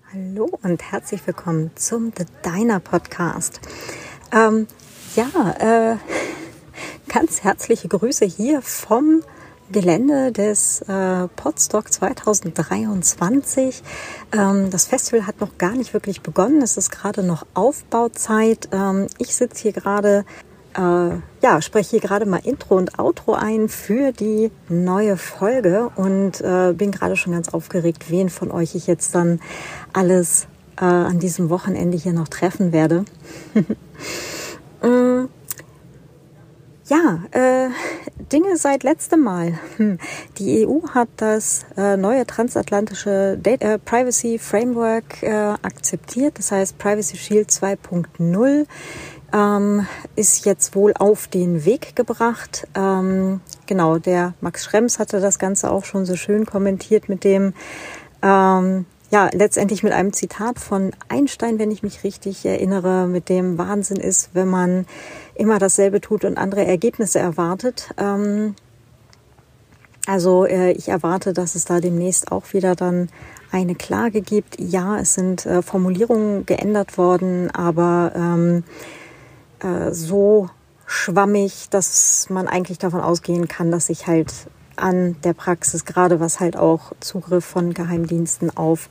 Hallo und herzlich willkommen zum The Diner Podcast. Ganz herzliche Grüße hier vom Gelände des Podstock 2023. Das Festival hat noch gar nicht wirklich begonnen. Es ist gerade noch Aufbauzeit. Ich sitze hier gerade, spreche hier gerade mal Intro und Outro ein für die neue Folge und bin gerade schon ganz aufgeregt, wen von euch ich jetzt dann alles an diesem Wochenende hier noch treffen werde. Dinge seit letztem Mal. Die EU hat das neue transatlantische Data Privacy Framework akzeptiert. Das heißt, Privacy Shield 2.0 ist jetzt wohl auf den Weg gebracht. Der Max Schrems hatte das Ganze auch schon so schön kommentiert mit dem, letztendlich mit einem Zitat von Einstein, wenn ich mich richtig erinnere, mit dem Wahnsinn ist, wenn man immer dasselbe tut und andere Ergebnisse erwartet. Ich erwarte, dass es da demnächst auch wieder dann eine Klage gibt. Ja, es sind Formulierungen geändert worden, aber so schwammig, dass man eigentlich davon ausgehen kann, dass sich halt an der Praxis, gerade was halt auch Zugriff von Geheimdiensten auf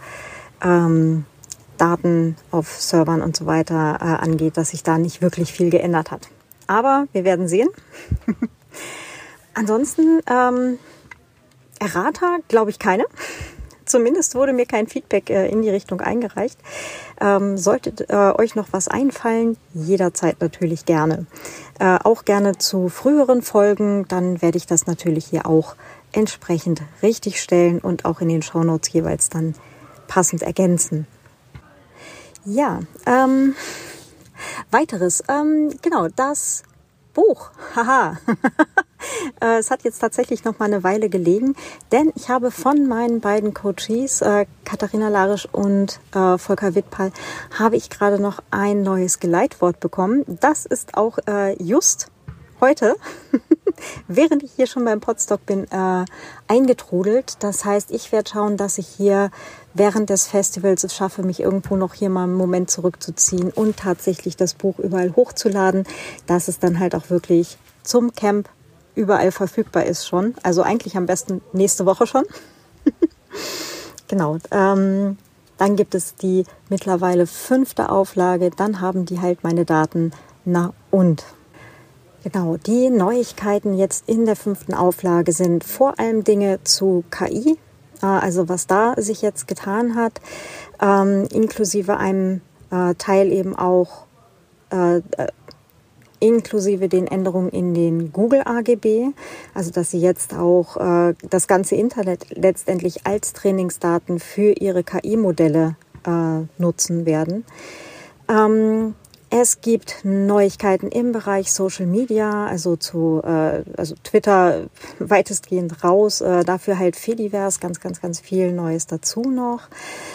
Daten auf Servern und so weiter angeht, dass sich da nicht wirklich viel geändert hat. Aber wir werden sehen. Ansonsten Errata, glaube ich, keine. Zumindest wurde mir kein Feedback in die Richtung eingereicht. Solltet euch noch was einfallen, jederzeit natürlich gerne. Auch gerne zu früheren Folgen, dann werde ich das natürlich hier auch entsprechend richtigstellen und auch in den Shownotes jeweils dann passend ergänzen. Ja, weiteres, das Buch, haha. Es hat jetzt tatsächlich noch mal eine Weile gelegen, denn ich habe von meinen beiden Coaches, Katharina Larisch und Volker Wittpal, habe ich gerade noch ein neues Geleitwort bekommen. Das ist auch just heute, während ich hier schon beim Podstock bin, eingetrudelt. Das heißt, ich werde schauen, dass ich hier während des Festivals es schaffe, mich irgendwo noch hier mal einen Moment zurückzuziehen und tatsächlich das Buch überall hochzuladen, dass es dann halt auch wirklich zum Camp überall verfügbar ist schon. Also eigentlich am besten nächste Woche schon. Genau. Dann gibt es die mittlerweile 5. Auflage. Dann haben die halt meine Daten. Na und? Genau, die Neuigkeiten jetzt in der 5. Auflage sind vor allem Dinge zu KI. Also was da sich jetzt getan hat, inklusive einem Teil eben auch inklusive den Änderungen in den Google AGB, also dass sie jetzt auch das ganze Internet letztendlich als Trainingsdaten für ihre KI-Modelle nutzen werden. Es gibt Neuigkeiten im Bereich Social Media, also Twitter weitestgehend raus, dafür halt Fediverse, ganz viel Neues dazu noch.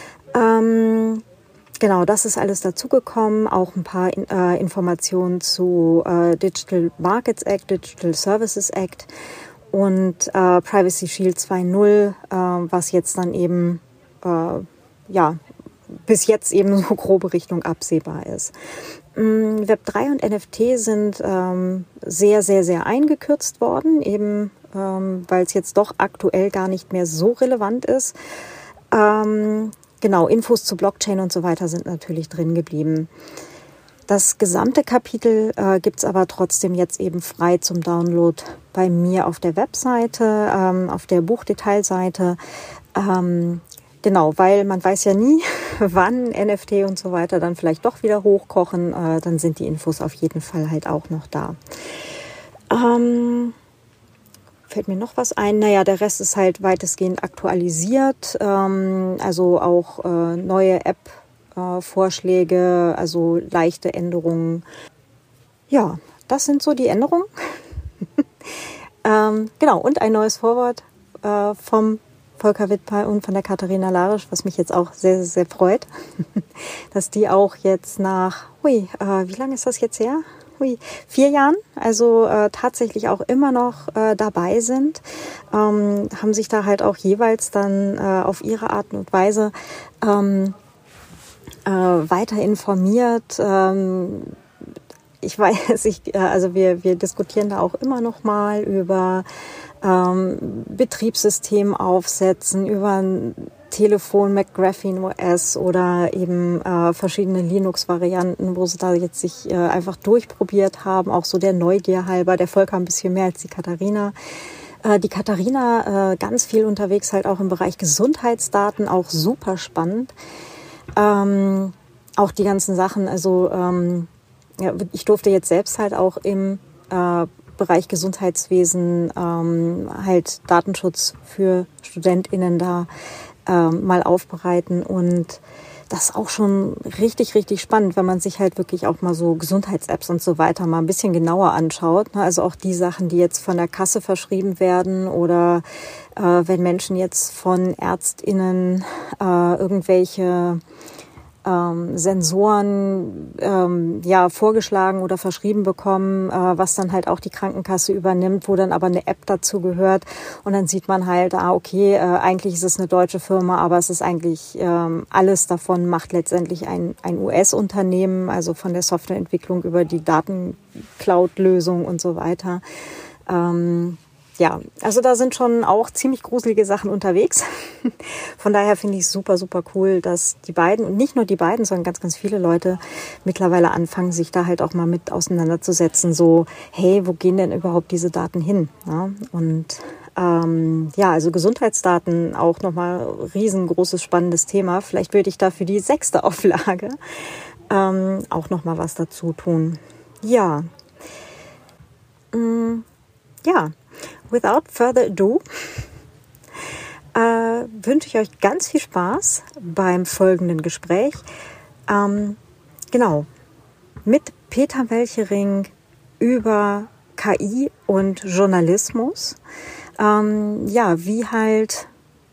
Genau, das ist alles dazugekommen, auch ein paar Informationen zu Digital Markets Act, Digital Services Act und Privacy Shield 2.0, was jetzt dann eben bis jetzt eben so grobe Richtung absehbar ist. Web3 und NFT sind sehr, sehr, sehr eingekürzt worden, eben weil es jetzt doch aktuell gar nicht mehr so relevant ist. Infos zu Blockchain und so weiter sind natürlich drin geblieben. Das gesamte Kapitel gibt's aber trotzdem jetzt eben frei zum Download bei mir auf der Webseite, auf der Buchdetailseite. Weil man weiß ja nie, wann NFT und so weiter dann vielleicht doch wieder hochkochen. Dann sind die Infos auf jeden Fall halt auch noch da. Fällt mir noch was ein? Naja, der Rest ist halt weitestgehend aktualisiert. Also auch neue App-Vorschläge, also leichte Änderungen. Ja, das sind so die Änderungen. Und ein neues Vorwort vom Volker Wittpal und von der Katharina Larisch, was mich jetzt auch sehr, sehr freut, dass die auch jetzt nach, wie lange ist das jetzt her? 4 Jahren, also tatsächlich auch immer noch dabei sind, haben sich da halt auch jeweils dann auf ihre Art und Weise weiter informiert. Ich weiß, also wir diskutieren da auch immer noch mal über Betriebssystem aufsetzen, über ein Telefon McGraphene OS oder eben verschiedene Linux-Varianten, wo sie da jetzt sich einfach durchprobiert haben, auch so der Neugier halber. Der Volker ein bisschen mehr als die Katharina. Die Katharina ganz viel unterwegs, halt auch im Bereich Gesundheitsdaten, auch super spannend. Auch die ganzen Sachen, also ja, ich durfte jetzt selbst halt auch im Bereich Gesundheitswesen halt Datenschutz für StudentInnen da mal aufbereiten, und das ist auch schon richtig, richtig spannend, wenn man sich halt wirklich auch mal so Gesundheits-Apps und so weiter mal ein bisschen genauer anschaut. Also auch die Sachen, die jetzt von der Kasse verschrieben werden, oder wenn Menschen jetzt von ÄrztInnen irgendwelche Sensoren vorgeschlagen oder verschrieben bekommen, was dann halt auch die Krankenkasse übernimmt, wo dann aber eine App dazu gehört, und dann sieht man halt, okay, eigentlich ist es eine deutsche Firma, aber es ist eigentlich alles davon macht letztendlich ein US-Unternehmen, also von der Softwareentwicklung über die Datencloud-Lösung und so weiter. Ja, also da sind schon auch ziemlich gruselige Sachen unterwegs. Von daher finde ich es super, super cool, dass die beiden, und nicht nur die beiden, sondern ganz, ganz viele Leute mittlerweile anfangen, sich da halt auch mal mit auseinanderzusetzen. So, hey, wo gehen denn überhaupt diese Daten hin? Ja, und also Gesundheitsdaten auch nochmal riesengroßes, spannendes Thema. Vielleicht würde ich da für die 6. Auflage auch nochmal was dazu tun. Ja. Without further ado wünsche ich euch ganz viel Spaß beim folgenden Gespräch. Mit Peter Welchering über KI und Journalismus. Wie halt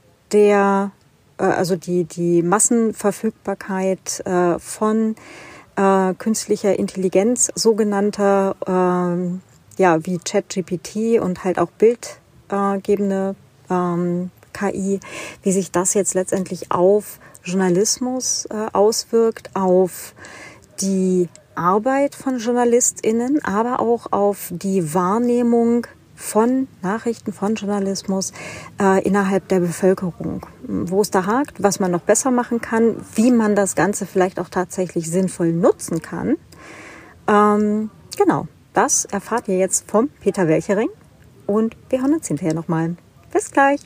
die Massenverfügbarkeit von künstlicher Intelligenz, sogenannter wie ChatGPT und halt auch bildgebende KI, wie sich das jetzt letztendlich auf Journalismus auswirkt, auf die Arbeit von JournalistInnen, aber auch auf die Wahrnehmung von Nachrichten, von Journalismus innerhalb der Bevölkerung. Wo es da hakt, was man noch besser machen kann, wie man das Ganze vielleicht auch tatsächlich sinnvoll nutzen kann. Das erfahrt ihr jetzt vom Peter Welchering, und wir hören uns hinterher nochmal. Bis gleich.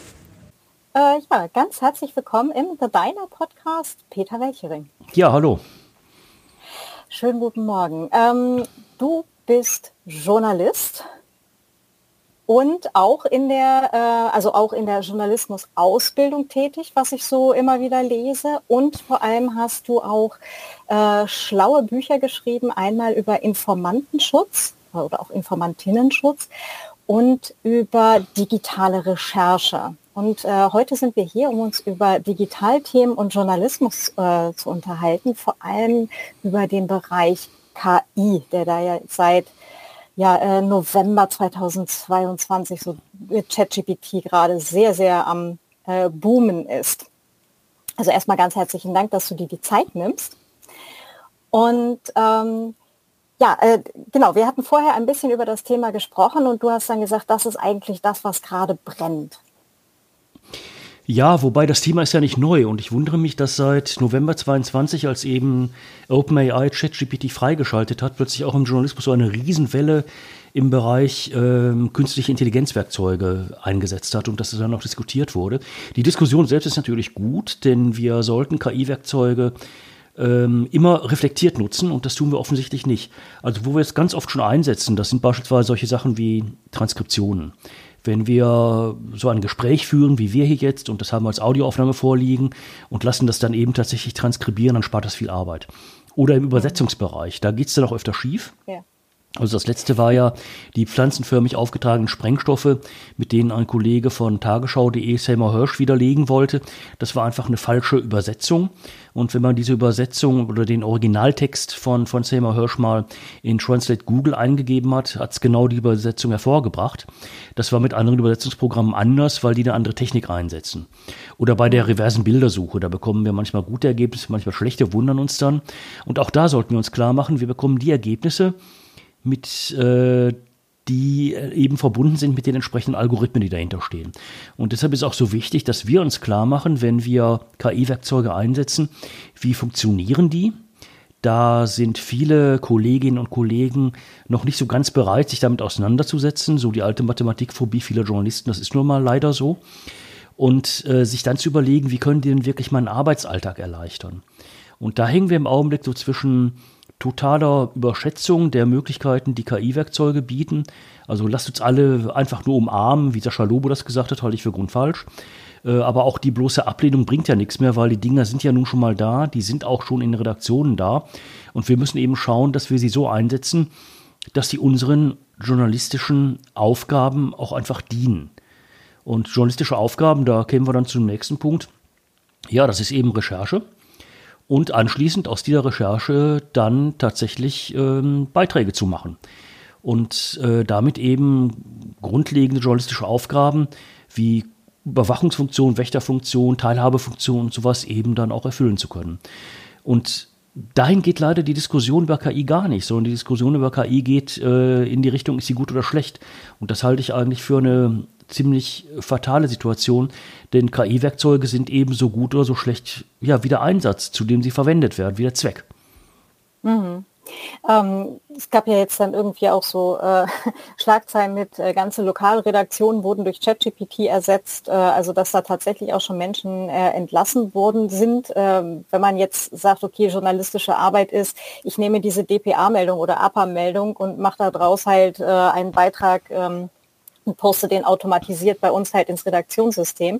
Ganz herzlich willkommen im The Diner Podcast, Peter Welchering. Ja, hallo. Schönen guten Morgen. Du bist Journalist und auch in der Journalismusausbildung tätig, was ich so immer wieder lese. Und vor allem hast du auch schlaue Bücher geschrieben, einmal über Informantenschutz oder auch Informantinnenschutz und über digitale Recherche. Und heute sind wir hier, um uns über Digitalthemen und Journalismus zu unterhalten, vor allem über den Bereich KI, der da ja seit November 2022 so mit ChatGPT gerade sehr, sehr am Boomen ist. Also erstmal ganz herzlichen Dank, dass du dir die Zeit nimmst. Und wir hatten vorher ein bisschen über das Thema gesprochen, und du hast dann gesagt, das ist eigentlich das, was gerade brennt. Ja, wobei das Thema ist ja nicht neu, und ich wundere mich, dass seit November 22, als eben OpenAI ChatGPT freigeschaltet hat, plötzlich auch im Journalismus so eine Riesenwelle im Bereich künstliche Intelligenzwerkzeuge eingesetzt hat und dass es dann auch diskutiert wurde. Die Diskussion selbst ist natürlich gut, denn wir sollten KI-Werkzeuge immer reflektiert nutzen, und das tun wir offensichtlich nicht. Also wo wir es ganz oft schon einsetzen, das sind beispielsweise solche Sachen wie Transkriptionen. Wenn wir so ein Gespräch führen, wie wir hier jetzt, und das haben wir als Audioaufnahme vorliegen und lassen das dann eben tatsächlich transkribieren, dann spart das viel Arbeit. Oder im Übersetzungsbereich, da geht es dann auch öfter schief. Ja. Also das letzte war ja die pflanzenförmig aufgetragenen Sprengstoffe, mit denen ein Kollege von Tagesschau.de, Seymour Hersh, widerlegen wollte. Das war einfach eine falsche Übersetzung. Und wenn man diese Übersetzung oder den Originaltext von Seymour Hersh mal in Translate Google eingegeben hat, hat es genau die Übersetzung hervorgebracht. Das war mit anderen Übersetzungsprogrammen anders, weil die eine andere Technik einsetzen. Oder bei der reversen Bildersuche, da bekommen wir manchmal gute Ergebnisse, manchmal schlechte, wundern uns dann. Und auch da sollten wir uns klar machen, wir bekommen die Ergebnisse, die eben verbunden sind mit den entsprechenden Algorithmen, die dahinter stehen. Und deshalb ist auch so wichtig, dass wir uns klar machen, wenn wir KI-Werkzeuge einsetzen, wie funktionieren die? Da sind viele Kolleginnen und Kollegen noch nicht so ganz bereit, sich damit auseinanderzusetzen. So die alte Mathematikphobie vieler Journalisten, das ist nun mal leider so. Und sich dann zu überlegen, wie können die denn wirklich meinen Arbeitsalltag erleichtern? Und da hängen wir im Augenblick so zwischen totaler Überschätzung der Möglichkeiten, die KI-Werkzeuge bieten. Also lasst uns alle einfach nur umarmen, wie Sascha Lobo das gesagt hat, halte ich für grundfalsch. Aber auch die bloße Ablehnung bringt ja nichts mehr, weil die Dinger sind ja nun schon mal da, die sind auch schon in Redaktionen da. Und wir müssen eben schauen, dass wir sie so einsetzen, dass sie unseren journalistischen Aufgaben auch einfach dienen. Und journalistische Aufgaben, da kämen wir dann zum nächsten Punkt. Ja, das ist eben Recherche. Und anschließend aus dieser Recherche dann tatsächlich Beiträge zu machen. Und damit eben grundlegende journalistische Aufgaben wie Überwachungsfunktion, Wächterfunktion, Teilhabefunktion und sowas eben dann auch erfüllen zu können. Und dahin geht leider die Diskussion über KI gar nicht, sondern die Diskussion über KI geht in die Richtung, ist sie gut oder schlecht. Und das halte ich eigentlich für eine ziemlich fatale Situation, denn KI-Werkzeuge sind ebenso gut oder so schlecht, ja, wie der Einsatz, zu dem sie verwendet werden, wie der Zweck. Mhm. Es gab ja jetzt dann irgendwie auch so Schlagzeilen mit ganze Lokalredaktionen wurden durch ChatGPT ersetzt, also dass da tatsächlich auch schon Menschen entlassen worden sind. Wenn man jetzt sagt, okay, journalistische Arbeit ist, ich nehme diese DPA-Meldung oder APA-Meldung und mache da draus halt einen Beitrag und poste den automatisiert bei uns halt ins Redaktionssystem.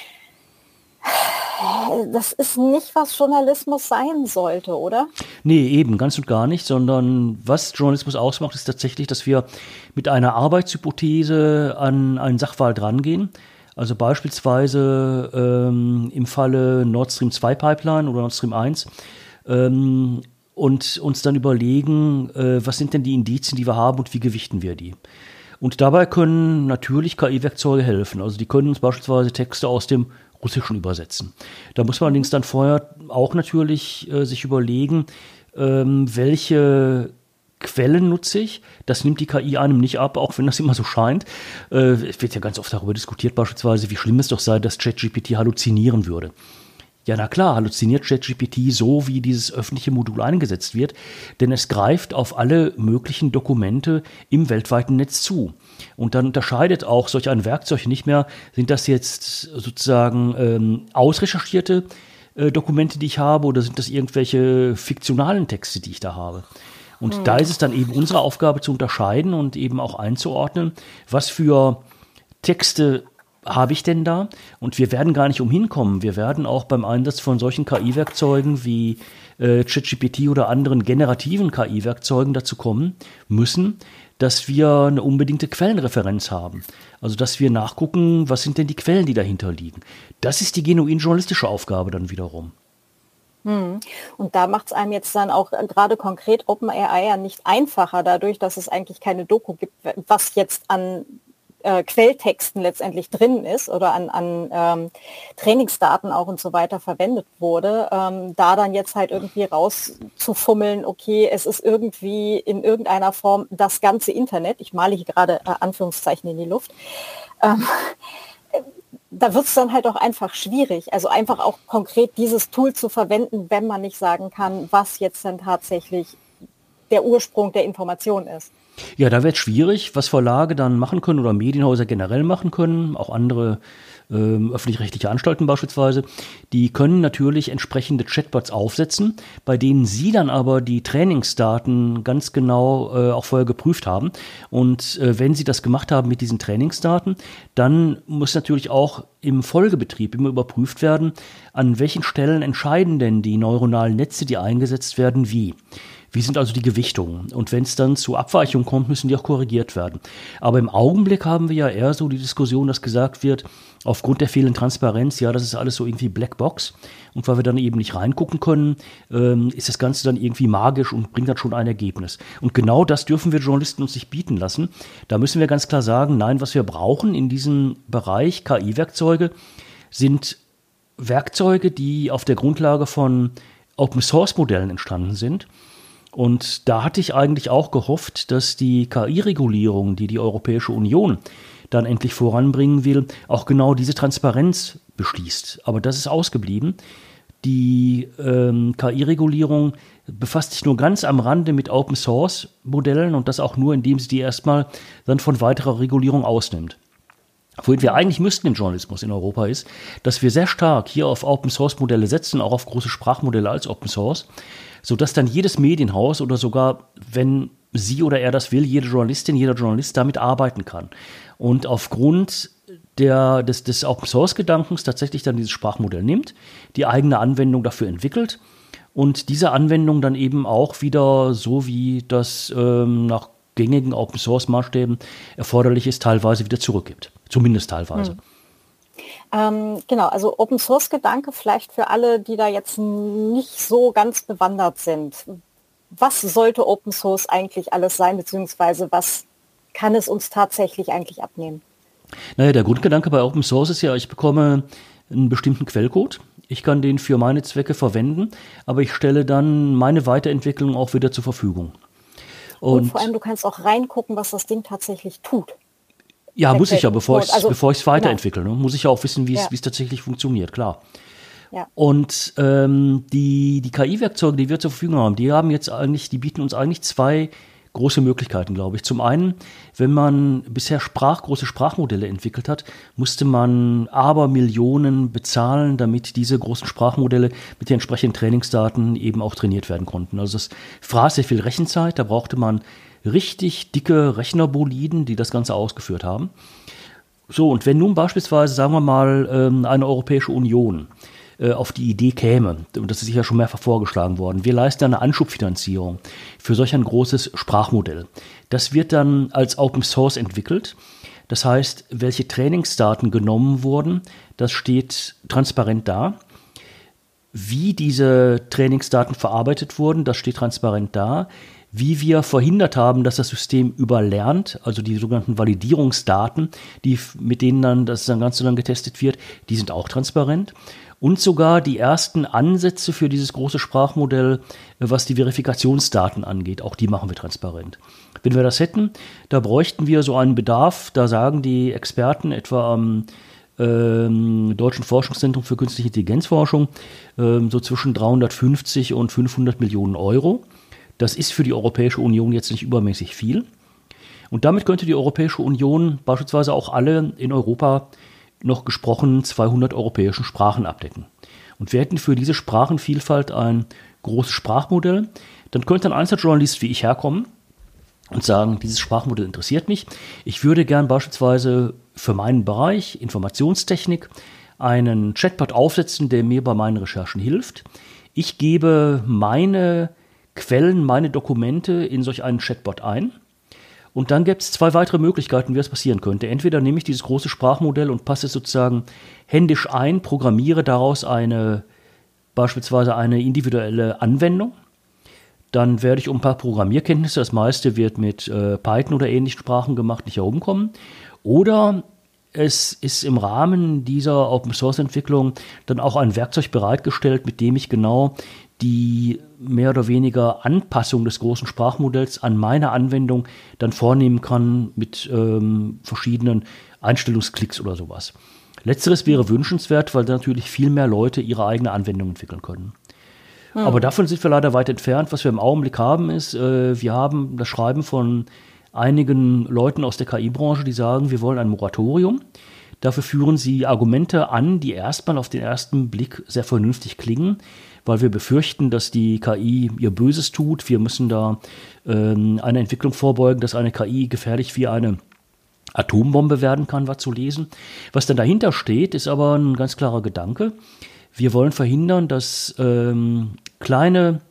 Das ist nicht, was Journalismus sein sollte, oder? Nee, eben, ganz und gar nicht, sondern was Journalismus ausmacht, ist tatsächlich, dass wir mit einer Arbeitshypothese an einen Sachverhalt rangehen. Also beispielsweise im Falle Nord Stream 2 Pipeline oder Nord Stream 1 und uns dann überlegen, was sind denn die Indizien, die wir haben und wie gewichten wir die. Und dabei können natürlich KI-Werkzeuge helfen. Also die können uns beispielsweise Texte aus dem Russischen übersetzen. Da muss man allerdings dann vorher auch natürlich sich überlegen, welche Quellen nutze ich. Das nimmt die KI einem nicht ab, auch wenn das immer so scheint. Es wird ja ganz oft darüber diskutiert beispielsweise, wie schlimm es doch sei, dass ChatGPT halluzinieren würde. Ja, na klar, halluziniert ChatGPT so, wie dieses öffentliche Modul eingesetzt wird, denn es greift auf alle möglichen Dokumente im weltweiten Netz zu. Und dann unterscheidet auch solch ein Werkzeug nicht mehr, sind das jetzt sozusagen ausrecherchierte Dokumente, die ich habe, oder sind das irgendwelche fiktionalen Texte, die ich da habe. Und da ist es dann eben unsere Aufgabe zu unterscheiden und eben auch einzuordnen, was für Texte habe ich denn da? Und wir werden gar nicht umhin kommen. Wir werden auch beim Einsatz von solchen KI-Werkzeugen wie ChatGPT oder anderen generativen KI-Werkzeugen dazu kommen müssen, dass wir eine unbedingte Quellenreferenz haben. Also dass wir nachgucken, was sind denn die Quellen, die dahinter liegen. Das ist die genuin journalistische Aufgabe dann wiederum. Und da macht es einem jetzt dann auch gerade konkret OpenAI ja nicht einfacher, dadurch, dass es eigentlich keine Doku gibt, was jetzt an Quelltexten letztendlich drin ist oder an Trainingsdaten auch und so weiter verwendet wurde, da dann jetzt halt irgendwie rauszufummeln, okay, es ist irgendwie in irgendeiner Form das ganze Internet, ich male hier gerade Anführungszeichen in die Luft, da wird es dann halt auch einfach schwierig, also einfach auch konkret dieses Tool zu verwenden, wenn man nicht sagen kann, was jetzt dann tatsächlich der Ursprung der Information ist. Ja, da wird es schwierig, was Verlage dann machen können oder Medienhäuser generell machen können, auch andere öffentlich-rechtliche Anstalten beispielsweise, die können natürlich entsprechende Chatbots aufsetzen, bei denen sie dann aber die Trainingsdaten ganz genau auch vorher geprüft haben. Und wenn sie das gemacht haben mit diesen Trainingsdaten, dann muss natürlich auch im Folgebetrieb immer überprüft werden, an welchen Stellen entscheiden denn die neuronalen Netze, die eingesetzt werden, wie. Wie sind also die Gewichtungen? Und wenn es dann zu Abweichungen kommt, müssen die auch korrigiert werden. Aber im Augenblick haben wir ja eher so die Diskussion, dass gesagt wird, aufgrund der fehlenden Transparenz, ja, das ist alles so irgendwie Blackbox. Und weil wir dann eben nicht reingucken können, ist das Ganze dann irgendwie magisch und bringt dann schon ein Ergebnis. Und genau das dürfen wir Journalisten uns nicht bieten lassen. Da müssen wir ganz klar sagen, nein, was wir brauchen in diesem Bereich KI-Werkzeuge sind Werkzeuge, die auf der Grundlage von Open-Source-Modellen entstanden sind. Und da hatte ich eigentlich auch gehofft, dass die KI-Regulierung, die die Europäische Union dann endlich voranbringen will, auch genau diese Transparenz beschließt. Aber das ist ausgeblieben. Die KI-Regulierung befasst sich nur ganz am Rande mit Open-Source-Modellen und das auch nur, indem sie die erstmal dann von weiterer Regulierung ausnimmt. Wohin wir eigentlich müssten im Journalismus in Europa ist, dass wir sehr stark hier auf Open-Source-Modelle setzen, auch auf große Sprachmodelle als Open-Source, sodass dann jedes Medienhaus oder sogar, wenn sie oder er das will, jede Journalistin, jeder Journalist damit arbeiten kann. Und aufgrund des Open-Source-Gedankens tatsächlich dann dieses Sprachmodell nimmt, die eigene Anwendung dafür entwickelt und diese Anwendung dann eben auch wieder, so wie das nach gängigen Open-Source-Maßstäben erforderlich ist, teilweise wieder zurückgibt. Zumindest teilweise. Genau, also Open-Source-Gedanke vielleicht für alle, die da jetzt nicht so ganz bewandert sind. Was sollte Open-Source eigentlich alles sein, beziehungsweise was kann es uns tatsächlich eigentlich abnehmen? Naja, der Grundgedanke bei Open Source ist ja, ich bekomme einen bestimmten Quellcode. Ich kann den für meine Zwecke verwenden, aber ich stelle dann meine Weiterentwicklung auch wieder zur Verfügung. Und vor allem, du kannst auch reingucken, was das Ding tatsächlich tut. Ja, muss ich ja, bevor ich es weiterentwickle. Ne? Muss ich ja auch wissen, wie es tatsächlich funktioniert, klar. Ja. Und die KI-Werkzeuge, die wir zur Verfügung haben, die bieten uns eigentlich zwei große Möglichkeiten, glaube ich. Zum einen, wenn man bisher große Sprachmodelle entwickelt hat, musste man Abermillionen bezahlen, damit diese großen Sprachmodelle mit den entsprechenden Trainingsdaten eben auch trainiert werden konnten. Also das fraß sehr viel Rechenzeit, da brauchte man richtig dicke Rechnerboliden, die das Ganze ausgeführt haben. So, und wenn nun beispielsweise, sagen wir mal, eine Europäische Union auf die Idee käme, und das ist sicher schon mehrfach vorgeschlagen worden, wir leisten eine Anschubfinanzierung für solch ein großes Sprachmodell. Das wird dann als Open Source entwickelt. Das heißt, welche Trainingsdaten genommen wurden, das steht transparent da. Wie diese Trainingsdaten verarbeitet wurden, das steht transparent da. Wie wir verhindert haben, dass das System überlernt, also die sogenannten Validierungsdaten, mit denen dann das dann ganz so lange getestet wird, die sind auch transparent. Und sogar die ersten Ansätze für dieses große Sprachmodell, was die Verifikationsdaten angeht, auch die machen wir transparent. Wenn wir das hätten, da bräuchten wir so einen Bedarf, da sagen die Experten etwa am Deutschen Forschungszentrum für Künstliche Intelligenzforschung, so zwischen 350 und 500 Millionen Euro. Das ist für die Europäische Union jetzt nicht übermäßig viel. Und damit könnte die Europäische Union beispielsweise auch alle in Europa noch gesprochenen 200 europäischen Sprachen abdecken. Und wir hätten für diese Sprachenvielfalt ein großes Sprachmodell. Dann könnte ein Einzeljournalist wie ich herkommen und sagen, dieses Sprachmodell interessiert mich. Ich würde gern beispielsweise für meinen Bereich Informationstechnik einen Chatbot aufsetzen, der mir bei meinen Recherchen hilft. Ich gebe meine Quellen, meine Dokumente in solch einen Chatbot ein. Und dann gibt es zwei weitere Möglichkeiten, wie das passieren könnte. Entweder nehme ich dieses große Sprachmodell und passe es sozusagen händisch ein, programmiere daraus beispielsweise eine individuelle Anwendung. Dann werde ich um ein paar Programmierkenntnisse, das meiste wird mit Python oder ähnlichen Sprachen gemacht, nicht herumkommen. Oder es ist im Rahmen dieser Open-Source-Entwicklung dann auch ein Werkzeug bereitgestellt, mit dem ich genau die mehr oder weniger Anpassung des großen Sprachmodells an meine Anwendung dann vornehmen kann mit verschiedenen Einstellungsklicks oder sowas. Letzteres wäre wünschenswert, weil dann natürlich viel mehr Leute ihre eigene Anwendung entwickeln können. Aber davon sind wir leider weit entfernt. Was wir im Augenblick haben, ist, wir haben das Schreiben von einigen Leuten aus der KI-Branche, die sagen, wir wollen ein Moratorium. Dafür führen sie Argumente an, die erstmal auf den ersten Blick sehr vernünftig klingen, weil wir befürchten, dass die KI ihr Böses tut. Wir müssen da eine Entwicklung vorbeugen, dass eine KI gefährlich wie eine Atombombe werden kann, war zu lesen. Was dann dahinter steht, ist aber ein ganz klarer Gedanke. Wir wollen verhindern, dass kleine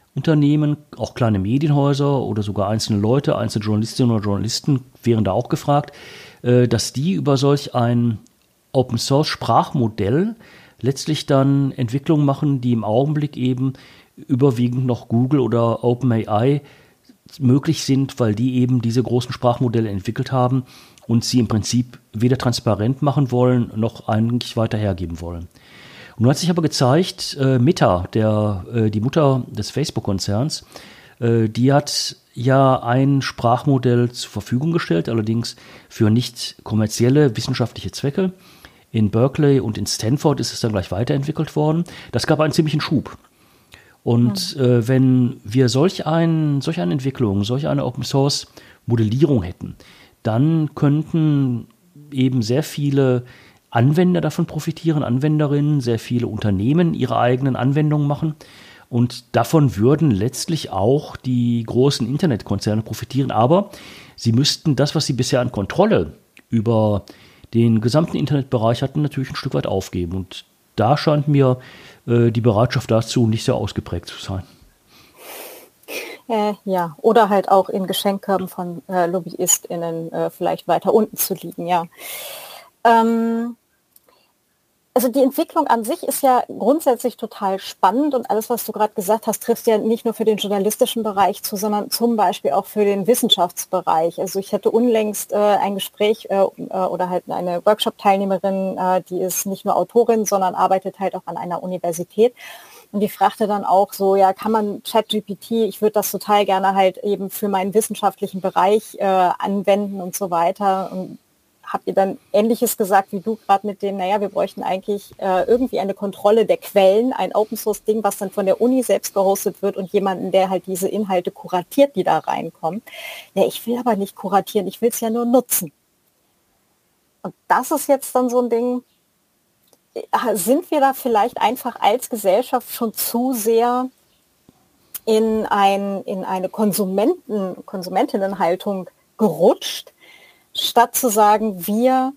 Unternehmen, auch kleine Medienhäuser oder sogar einzelne Leute, einzelne Journalistinnen oder Journalisten wären da auch gefragt, dass die über solch ein Open-Source-Sprachmodell letztlich dann Entwicklungen machen, die im Augenblick eben überwiegend noch Google oder OpenAI möglich sind, weil die eben diese großen Sprachmodelle entwickelt haben und sie im Prinzip weder transparent machen wollen, noch eigentlich weiter hergeben wollen. Und nun hat sich aber gezeigt, Meta, die Mutter des Facebook-Konzerns, die hat ja ein Sprachmodell zur Verfügung gestellt, allerdings für nicht kommerzielle wissenschaftliche Zwecke. In Berkeley und in Stanford ist es dann gleich weiterentwickelt worden. Das gab einen ziemlichen Schub. Und wenn wir solch eine Entwicklung, solch eine Open-Source-Modellierung hätten, dann könnten eben sehr viele Anwender davon profitieren, Anwenderinnen, sehr viele Unternehmen ihre eigenen Anwendungen machen. Und davon würden letztlich auch die großen Internetkonzerne profitieren. Aber sie müssten das, was sie bisher an Kontrolle über den gesamten Internetbereich hatten, natürlich ein Stück weit aufgeben. Und da scheint mir die Bereitschaft dazu nicht sehr ausgeprägt zu sein. Ja, oder halt auch in Geschenkkörben von LobbyistInnen vielleicht weiter unten zu liegen, ja. Also die Entwicklung an sich ist ja grundsätzlich total spannend und alles, was du gerade gesagt hast, trifft ja nicht nur für den journalistischen Bereich zu, sondern zum Beispiel auch für den Wissenschaftsbereich. Also ich hatte unlängst ein Gespräch oder halt eine Workshop-Teilnehmerin, die ist nicht nur Autorin, sondern arbeitet halt auch an einer Universität. Und die fragte dann auch so, ja, kann man ChatGPT, ich würde das total gerne halt eben für meinen wissenschaftlichen Bereich anwenden und so weiter. Und habt ihr dann Ähnliches gesagt wie du gerade mit dem, naja, wir bräuchten eigentlich irgendwie eine Kontrolle der Quellen, ein Open-Source-Ding, was dann von der Uni selbst gehostet wird und jemanden, der halt diese Inhalte kuratiert, die da reinkommen. Ja, ich will aber nicht kuratieren, ich will es ja nur nutzen. Und das ist jetzt dann so ein Ding, sind wir da vielleicht einfach als Gesellschaft schon zu sehr in eine Konsumentinnenhaltung gerutscht, statt zu sagen, wir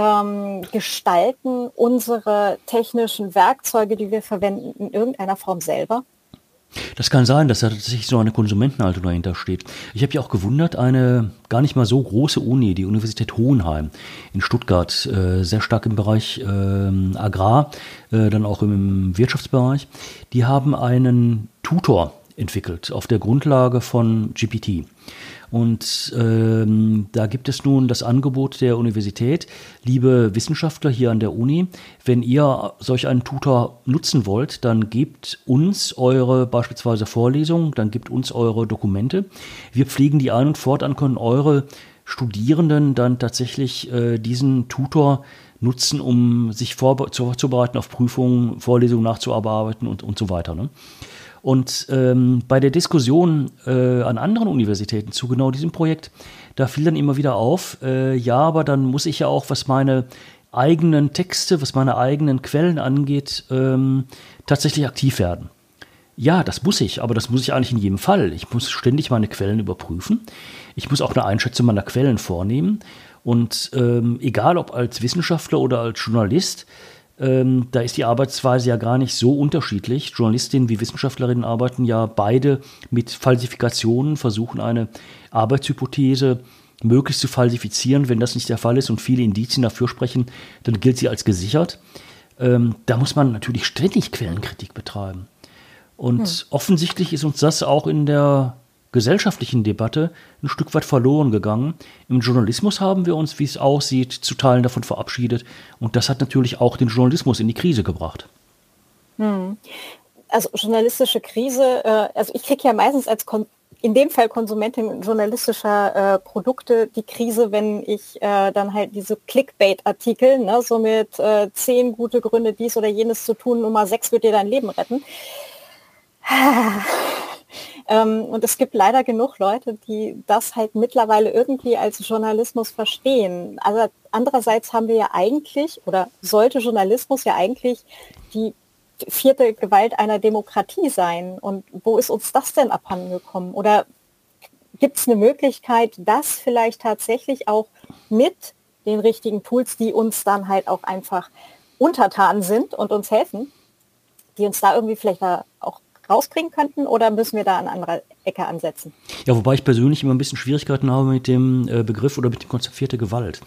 gestalten unsere technischen Werkzeuge, die wir verwenden, in irgendeiner Form selber? Das kann sein, dass da tatsächlich so eine Konsumentenhaltung dahinter steht. Ich habe ja auch gewundert, eine gar nicht mal so große Uni, die Universität Hohenheim in Stuttgart, sehr stark im Bereich Agrar, dann auch im Wirtschaftsbereich, die haben einen Tutor entwickelt auf der Grundlage von GPT. Und da gibt es nun das Angebot der Universität, liebe Wissenschaftler hier an der Uni, wenn ihr solch einen Tutor nutzen wollt, dann gebt uns eure beispielsweise Vorlesungen, dann gebt uns eure Dokumente. Wir pflegen die ein und fortan können eure Studierenden dann tatsächlich diesen Tutor nutzen, um sich vorzubereiten auf Prüfungen, Vorlesungen nachzuarbeiten und so weiter, ne? Und bei der Diskussion an anderen Universitäten zu genau diesem Projekt, da fiel dann immer wieder auf, ja, aber dann muss ich ja auch, was meine eigenen Texte, was meine eigenen Quellen angeht, tatsächlich aktiv werden. Ja, das muss ich, aber das muss ich eigentlich in jedem Fall. Ich muss ständig meine Quellen überprüfen. Ich muss auch eine Einschätzung meiner Quellen vornehmen. Und egal ob als Wissenschaftler oder als Journalist, da ist die Arbeitsweise ja gar nicht so unterschiedlich. Journalistinnen wie Wissenschaftlerinnen arbeiten ja beide mit Falsifikationen, versuchen eine Arbeitshypothese möglichst zu falsifizieren. Wenn das nicht der Fall ist und viele Indizien dafür sprechen, dann gilt sie als gesichert. Da muss man natürlich ständig Quellenkritik betreiben. Und offensichtlich ist uns das auch in der gesellschaftlichen Debatte ein Stück weit verloren gegangen. Im Journalismus haben wir uns, wie es aussieht, zu Teilen davon verabschiedet. Und das hat natürlich auch den Journalismus in die Krise gebracht. Also journalistische Krise, also ich kriege ja meistens in dem Fall Konsumentin journalistischer Produkte die Krise, wenn ich dann halt diese Clickbait-Artikel, ne, so mit 10 gute Gründe, dies oder jenes zu tun, Nummer 6 wird dir dein Leben retten. Und es gibt leider genug Leute, die das halt mittlerweile irgendwie als Journalismus verstehen. Also andererseits haben wir ja eigentlich, oder sollte Journalismus ja eigentlich die 4. Gewalt einer Demokratie sein. Und wo ist uns das denn abhandengekommen? Oder gibt es eine Möglichkeit, das vielleicht tatsächlich auch mit den richtigen Tools, die uns dann halt auch einfach untertan sind und uns helfen, die uns da irgendwie vielleicht auch rausbringen könnten, oder müssen wir da an anderer Ecke ansetzen? Ja, wobei ich persönlich immer ein bisschen Schwierigkeiten habe mit dem Begriff oder mit dem Konzept vierte Gewalt.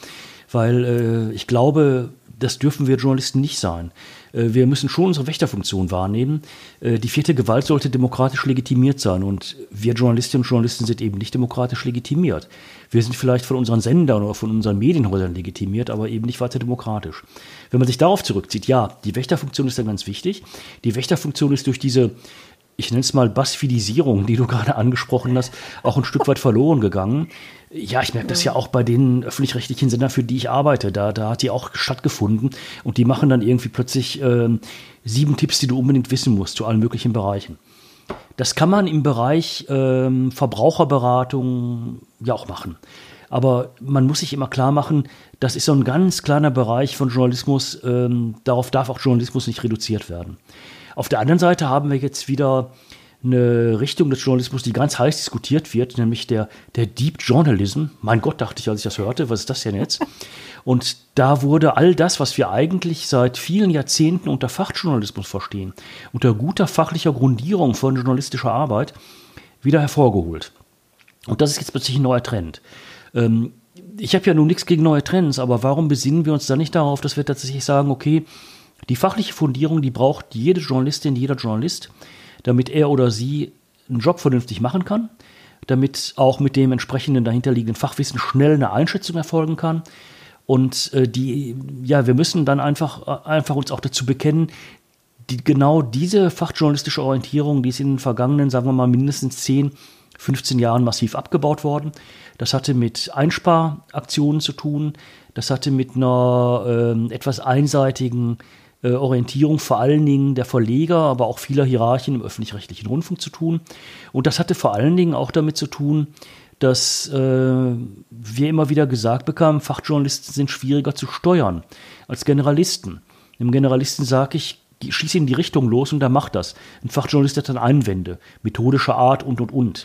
Weil ich glaube, das dürfen wir Journalisten nicht sein. Wir müssen schon unsere Wächterfunktion wahrnehmen. Die vierte Gewalt sollte demokratisch legitimiert sein. Und wir Journalistinnen und Journalisten sind eben nicht demokratisch legitimiert. Wir sind vielleicht von unseren Sendern oder von unseren Medienhäusern legitimiert, aber eben nicht weiter demokratisch. Wenn man sich darauf zurückzieht, ja, die Wächterfunktion ist dann ganz wichtig. Die Wächterfunktion ist durch diese, ich nenne es mal Buzzfeedisierung, die du gerade angesprochen hast, auch ein Stück weit verloren gegangen. Ja, ich merke das ja auch bei den öffentlich-rechtlichen Sendern, für die ich arbeite. Da hat die auch stattgefunden und die machen dann irgendwie plötzlich 7 Tipps, die du unbedingt wissen musst zu allen möglichen Bereichen. Das kann man im Bereich Verbraucherberatung ja auch machen. Aber man muss sich immer klar machen, das ist so ein ganz kleiner Bereich von Journalismus. Darauf darf auch Journalismus nicht reduziert werden. Auf der anderen Seite haben wir jetzt wieder eine Richtung des Journalismus, die ganz heiß diskutiert wird, nämlich der Deep Journalism. Mein Gott, dachte ich, als ich das hörte, was ist das denn jetzt? Und da wurde all das, was wir eigentlich seit vielen Jahrzehnten unter Fachjournalismus verstehen, unter guter fachlicher Grundierung von journalistischer Arbeit, wieder hervorgeholt. Und das ist jetzt plötzlich ein neuer Trend. Ich habe ja nun nichts gegen neue Trends, aber warum besinnen wir uns dann nicht darauf, dass wir tatsächlich sagen, okay, die fachliche Fundierung, die braucht jede Journalistin, jeder Journalist, damit er oder sie einen Job vernünftig machen kann, damit auch mit dem entsprechenden dahinterliegenden Fachwissen schnell eine Einschätzung erfolgen kann. Und wir müssen dann einfach uns auch dazu bekennen, genau diese fachjournalistische Orientierung, die ist in den vergangenen, sagen wir mal, mindestens 10, 15 Jahren massiv abgebaut worden. Das hatte mit Einsparaktionen zu tun, das hatte mit einer etwas einseitigen Orientierung vor allen Dingen der Verleger, aber auch vieler Hierarchien im öffentlich-rechtlichen Rundfunk zu tun. Und das hatte vor allen Dingen auch damit zu tun, dass wir immer wieder gesagt bekamen, Fachjournalisten sind schwieriger zu steuern als Generalisten. Einem Generalisten sage ich, schieß in die Richtung los und der macht das. Ein Fachjournalist hat dann Einwände, methodischer Art und.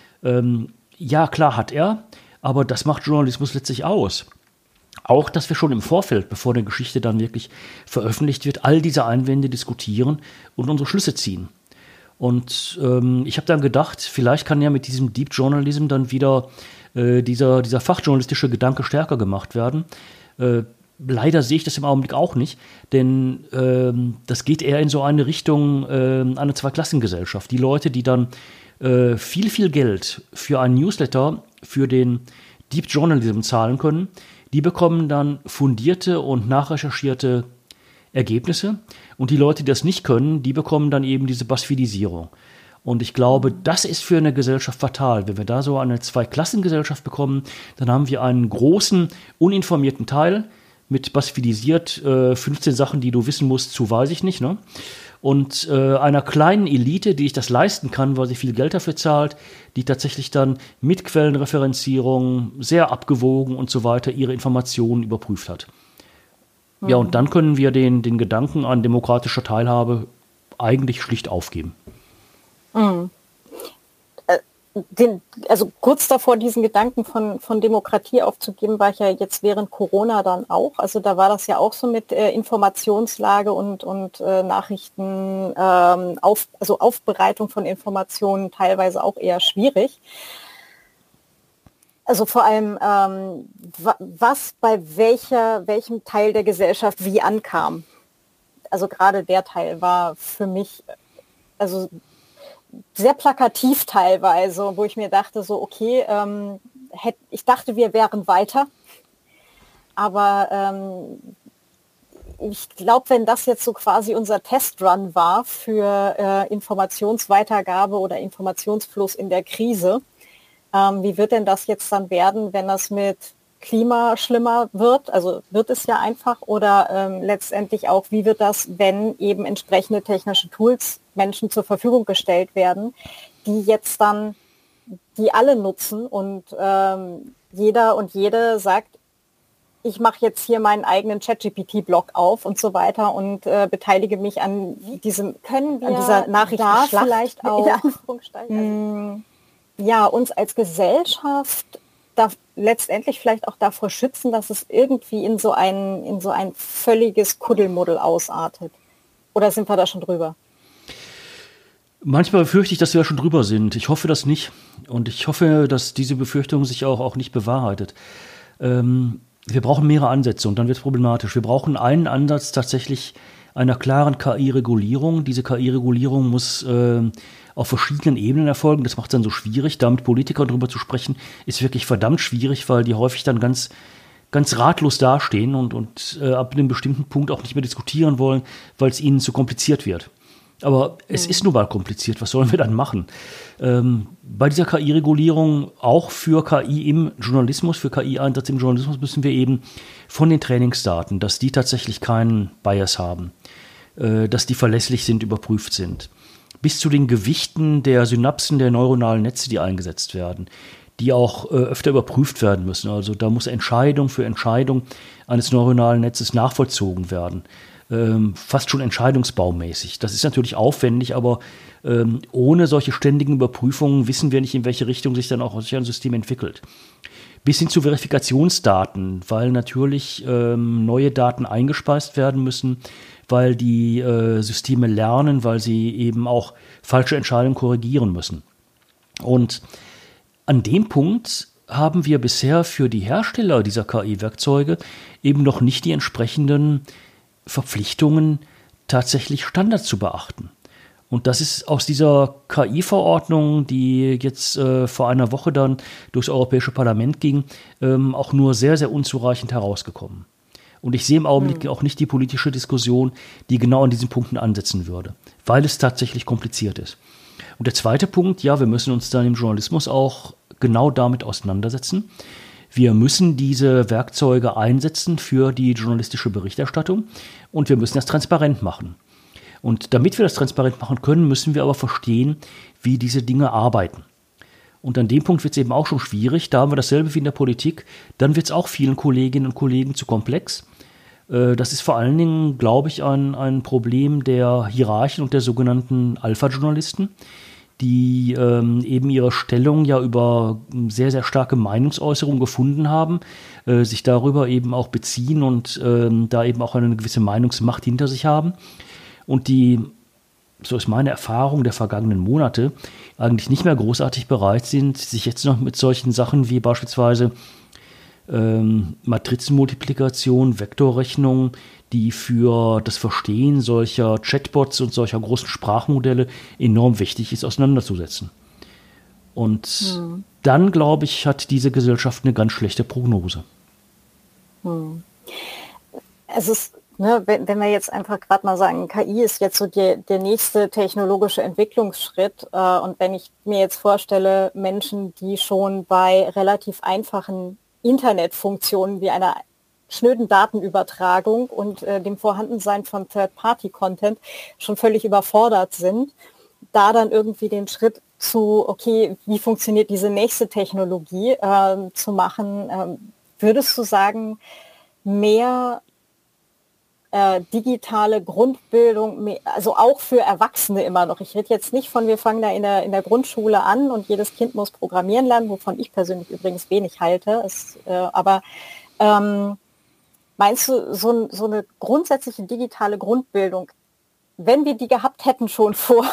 Ja, klar hat er, aber das macht Journalismus letztlich aus. Auch, dass wir schon im Vorfeld, bevor eine Geschichte dann wirklich veröffentlicht wird, all diese Einwände diskutieren und unsere Schlüsse ziehen. Und ich habe dann gedacht, vielleicht kann ja mit diesem Deep Journalism dann wieder dieser fachjournalistische Gedanke stärker gemacht werden. Leider sehe ich das im Augenblick auch nicht, denn das geht eher in so eine Richtung, eine Zweiklassengesellschaft. Die Leute, die dann viel Geld für einen Newsletter, für den Deep Journalism zahlen können, die bekommen dann fundierte und nachrecherchierte Ergebnisse. Und die Leute, die das nicht können, die bekommen dann eben diese Buzzfeedisierung. Und ich glaube, das ist für eine Gesellschaft fatal. Wenn wir da so eine Zweiklassengesellschaft bekommen, dann haben wir einen großen, uninformierten Teil mit buzzfeedisiert 15 Sachen, die du wissen musst, zu weiß ich nicht, ne? Und einer kleinen Elite, die sich das leisten kann, weil sie viel Geld dafür zahlt, die tatsächlich dann mit Quellenreferenzierung, sehr abgewogen und so weiter ihre Informationen überprüft hat. Mhm. Ja, und dann können wir den Gedanken an demokratischer Teilhabe eigentlich schlicht aufgeben. Mhm. Also kurz davor, diesen Gedanken von Demokratie aufzugeben, war ich ja jetzt während Corona dann auch. Also da war das ja auch so mit Informationslage und Nachrichten, also Aufbereitung von Informationen teilweise auch eher schwierig. Also vor allem, was bei welchem Teil der Gesellschaft wie ankam. Also gerade der Teil war für mich, also sehr plakativ teilweise, wo ich mir dachte, so okay, ich dachte, wir wären weiter, aber ich glaube, wenn das jetzt so quasi unser Testrun war für Informationsweitergabe oder Informationsfluss in der Krise, wie wird denn das jetzt dann werden, wenn das mit Klima schlimmer wird? Also wird es ja einfach, oder letztendlich auch, wie wird das, wenn eben entsprechende technische Tools Menschen zur Verfügung gestellt werden, die alle nutzen und jeder und jede sagt, ich mache jetzt hier meinen eigenen ChatGPT-Blog auf und so weiter und beteilige mich an dieser Nachrichtenschlacht vielleicht auch. Uns als Gesellschaft letztendlich vielleicht auch davor schützen, dass es irgendwie in so ein völliges Kuddelmuddel ausartet. Oder sind wir da schon drüber? Manchmal befürchte ich, dass wir ja schon drüber sind. Ich hoffe das nicht. Und ich hoffe, dass diese Befürchtung sich auch nicht bewahrheitet. Wir brauchen mehrere Ansätze und dann wird es problematisch. Wir brauchen einen Ansatz tatsächlich einer klaren KI-Regulierung. Diese KI-Regulierung muss auf verschiedenen Ebenen erfolgen. Das macht es dann so schwierig. Da mit Politikern drüber zu sprechen, ist wirklich verdammt schwierig, weil die häufig dann ganz ratlos dastehen und ab einem bestimmten Punkt auch nicht mehr diskutieren wollen, weil es ihnen zu kompliziert wird. Aber es ist nun mal kompliziert. Was sollen wir dann machen? Bei dieser KI-Regulierung, auch für KI im Journalismus, für KI-Einsatz im Journalismus, müssen wir eben von den Trainingsdaten, dass die tatsächlich keinen Bias haben, dass die verlässlich sind, überprüft sind, bis zu den Gewichten der Synapsen der neuronalen Netze, die eingesetzt werden, die auch öfter überprüft werden müssen. Also da muss Entscheidung für Entscheidung eines neuronalen Netzes nachvollzogen werden. Fast schon entscheidungsbaumäßig. Das ist natürlich aufwendig, aber ohne solche ständigen Überprüfungen wissen wir nicht, in welche Richtung sich dann auch solch ein System entwickelt. Bis hin zu Verifikationsdaten, weil natürlich neue Daten eingespeist werden müssen, weil die Systeme lernen, weil sie eben auch falsche Entscheidungen korrigieren müssen. Und an dem Punkt haben wir bisher für die Hersteller dieser KI-Werkzeuge eben noch nicht die entsprechenden Verpflichtungen, tatsächlich Standards zu beachten. Und das ist aus dieser KI-Verordnung, die jetzt vor einer Woche dann durchs Europäische Parlament ging, auch nur sehr, sehr unzureichend herausgekommen. Und ich sehe im Augenblick auch nicht die politische Diskussion, die genau an diesen Punkten ansetzen würde, weil es tatsächlich kompliziert ist. Und der zweite Punkt, ja, wir müssen uns dann im Journalismus auch genau damit auseinandersetzen. Wir müssen diese Werkzeuge einsetzen für die journalistische Berichterstattung und wir müssen das transparent machen. Und damit wir das transparent machen können, müssen wir aber verstehen, wie diese Dinge arbeiten. Und an dem Punkt wird es eben auch schon schwierig. Da haben wir dasselbe wie in der Politik. Dann wird es auch vielen Kolleginnen und Kollegen zu komplex. Das ist vor allen Dingen, glaube ich, ein Problem der Hierarchen und der sogenannten Alpha-Journalisten, die eben ihre Stellung ja über sehr, sehr starke Meinungsäußerung gefunden haben, sich darüber eben auch beziehen und da eben auch eine gewisse Meinungsmacht hinter sich haben und die, so ist meine Erfahrung der vergangenen Monate, eigentlich nicht mehr großartig bereit sind, sich jetzt noch mit solchen Sachen wie beispielsweise Matrizenmultiplikation, Vektorrechnung, die für das Verstehen solcher Chatbots und solcher großen Sprachmodelle enorm wichtig ist, auseinanderzusetzen. Und dann, glaube ich, hat diese Gesellschaft eine ganz schlechte Prognose. Es ist, ne, wenn wir jetzt einfach gerade mal sagen, KI ist jetzt so der nächste technologische Entwicklungsschritt. Und wenn ich mir jetzt vorstelle, Menschen, die schon bei relativ einfachen Internetfunktionen wie einer schnöden Datenübertragung und dem Vorhandensein von Third-Party-Content schon völlig überfordert sind, da dann irgendwie den Schritt zu, okay, wie funktioniert diese nächste Technologie zu machen, würdest du sagen, mehr digitale Grundbildung, also auch für Erwachsene immer noch. Ich rede jetzt nicht von, wir fangen da in der Grundschule an und jedes Kind muss programmieren lernen, wovon ich persönlich übrigens wenig halte. Aber meinst du, so eine grundsätzliche digitale Grundbildung, wenn wir die gehabt hätten schon vor